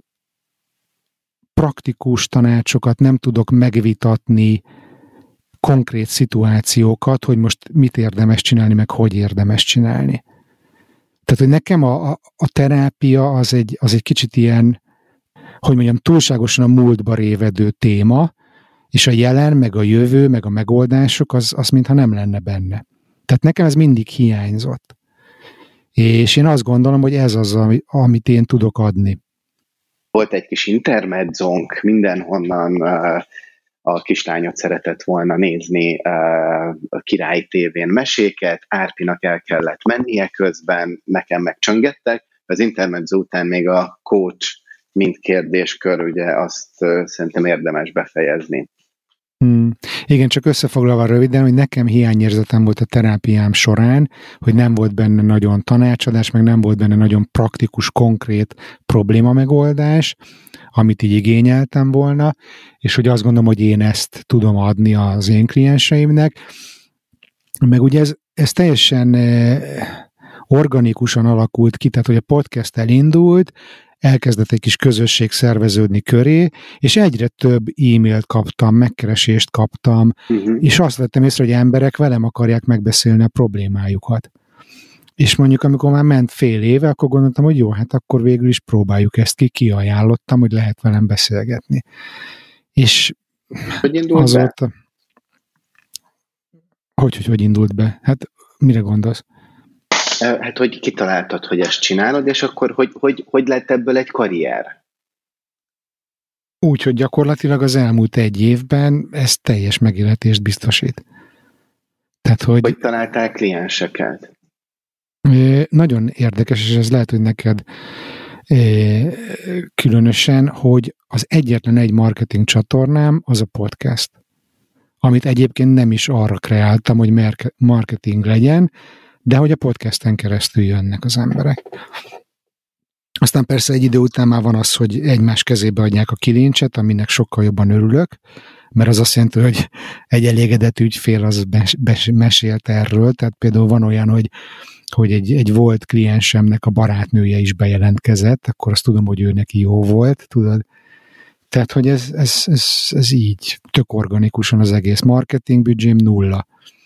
praktikus tanácsokat, nem tudok megvitatni konkrét szituációkat, hogy most mit érdemes csinálni, meg hogy érdemes csinálni. Tehát, hogy nekem a terápia az egy kicsit ilyen, hogy mondjam, túlságosan a múltba révedő téma, és a jelen, meg a jövő, meg a megoldások, az mintha nem lenne benne. Tehát nekem ez mindig hiányzott. És én azt gondolom, hogy ez az, amit én tudok adni. Volt egy kis intermedzónk, mindenhonnan a kislányot szeretett volna nézni a Király tévén meséket, Árpinak el kellett mennie közben, nekem megcsöngettek, az intermedzó után még a coach mint kérdéskör, ugye azt szerintem érdemes befejezni. Igen, csak összefoglalva röviden, hogy nekem hiányérzetem volt a terápiám során, hogy nem volt benne nagyon tanácsadás, meg nem volt benne nagyon praktikus, konkrét probléma megoldás, amit így igényeltem volna, és hogy azt gondolom, hogy én ezt tudom adni az én klienseimnek. Meg ugye ez teljesen organikusan alakult ki, tehát hogy a podcast elindult, elkezdett egy kis közösség szerveződni köré, és egyre több e-mailt kaptam, megkeresést kaptam, és azt vettem észre, hogy emberek velem akarják megbeszélni a problémájukat. És mondjuk, amikor már ment fél éve, akkor gondoltam, hogy jó, hát akkor végül is próbáljuk ezt ki, kiajánlottam, hogy lehet velem beszélgetni. És hogy indult azóta... be? Hogy indult be? Hát mire gondolsz? Hát, hogy kitaláltad, hogy ezt csinálod, és akkor hogy lett ebből egy karrier? Úgy, hogy gyakorlatilag az elmúlt egy évben ez teljes megélhetést biztosít. Tehát, hogy találtál klienseket? Nagyon érdekes, és ez lehet, hogy neked különösen, hogy az egyetlen egy marketing csatornám az a podcast, amit egyébként nem is arra kreáltam, hogy marketing legyen, de hogy a podcasten keresztül jönnek az emberek. Aztán persze egy idő után már van az, hogy egymás kezébe adják a kilincset, aminek sokkal jobban örülök, mert az azt jelenti, hogy egy elégedett ügyfél az mesélt erről, tehát például van olyan, hogy egy volt kliensemnek a barátnője is bejelentkezett, akkor azt tudom, hogy ő neki jó volt, tudod. Tehát, hogy ez így, tök organikusan az egész marketing büdzsém 0.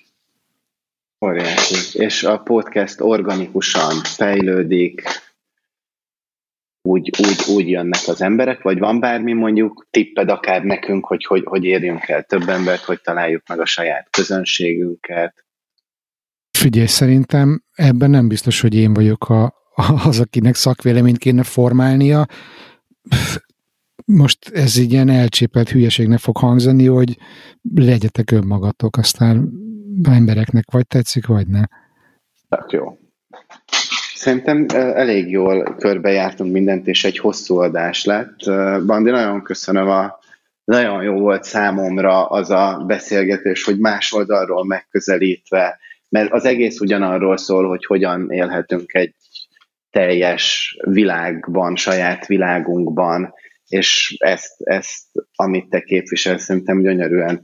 Óriási. És a podcast organikusan fejlődik, úgy jönnek az emberek, vagy van bármi mondjuk tipped akár nekünk, hogy érjünk el több embert, hogy találjuk meg a saját közönségünket? Figyelj, szerintem ebben nem biztos, hogy én vagyok az, akinek szakvéleményt kéne formálnia. Most ez így ilyen elcsépelt hülyeségnek fog hangzani, hogy legyetek önmagatok, aztán embereknek vagy tetszik, vagy ne. Hát jó. Szerintem elég jól körbejártunk mindent, és egy hosszú adás lett. Bandi, nagyon köszönöm, nagyon jó volt számomra az a beszélgetés, hogy más oldalról megközelítve, mert az egész ugyanarról szól, hogy hogyan élhetünk egy teljes világban, saját világunkban, és ezt amit te képviselsz, szerintem gyönyörűen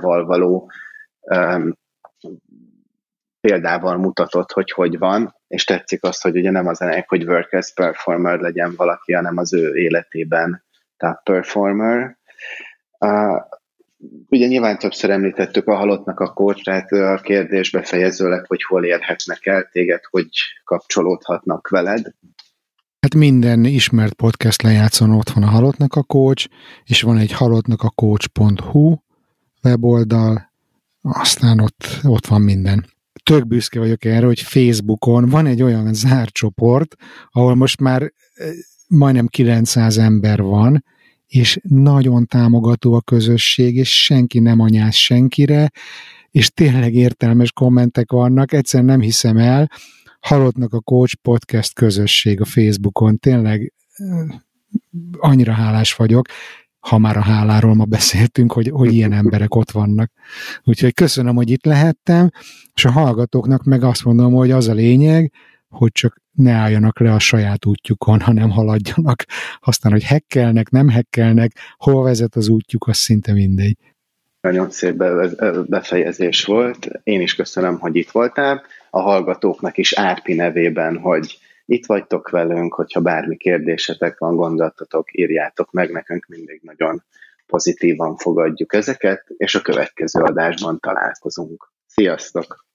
példával mutatott, hogy van, és tetszik azt, hogy ugye nem az ennek, hogy work as performer legyen valaki, hanem az ő életében top performer. ugye nyilván többször említettük a halottnak a coachát, a kérdésbe fejezőleg, hogy hol érhetnek el téged, hogy kapcsolódhatnak veled. Hát minden ismert podcast lejátszón ott van a Halottnak a Coach, és van egy halottnakacoach.hu weboldal, aztán ott van minden. Tök büszke vagyok erre, hogy Facebookon van egy olyan zárt csoport, ahol most már majdnem 900 ember van, és nagyon támogató a közösség, és senki nem anyáz senkire, és tényleg értelmes kommentek vannak, egyszerűen nem hiszem el. Halottnak a Coach podcast közösség a Facebookon, tényleg annyira hálás vagyok, ha már a háláról ma beszéltünk, hogy ilyen emberek ott vannak. Úgyhogy köszönöm, hogy itt lehettem, és a hallgatóknak meg azt mondom, hogy az a lényeg, hogy csak ne álljanak le a saját útjukon, hanem haladjanak. Aztán, hogy hekkelnek, nem hekkelnek, hol vezet az útjuk, az szinte mindegy. Nagyon szép befejezés volt. Én is köszönöm, hogy itt voltál. A hallgatóknak is Árpi nevében, hogy itt vagytok velünk, hogyha bármi kérdésetek van, gondolatotok, írjátok meg, nekünk mindig nagyon pozitívan fogadjuk ezeket, és a következő adásban találkozunk. Sziasztok!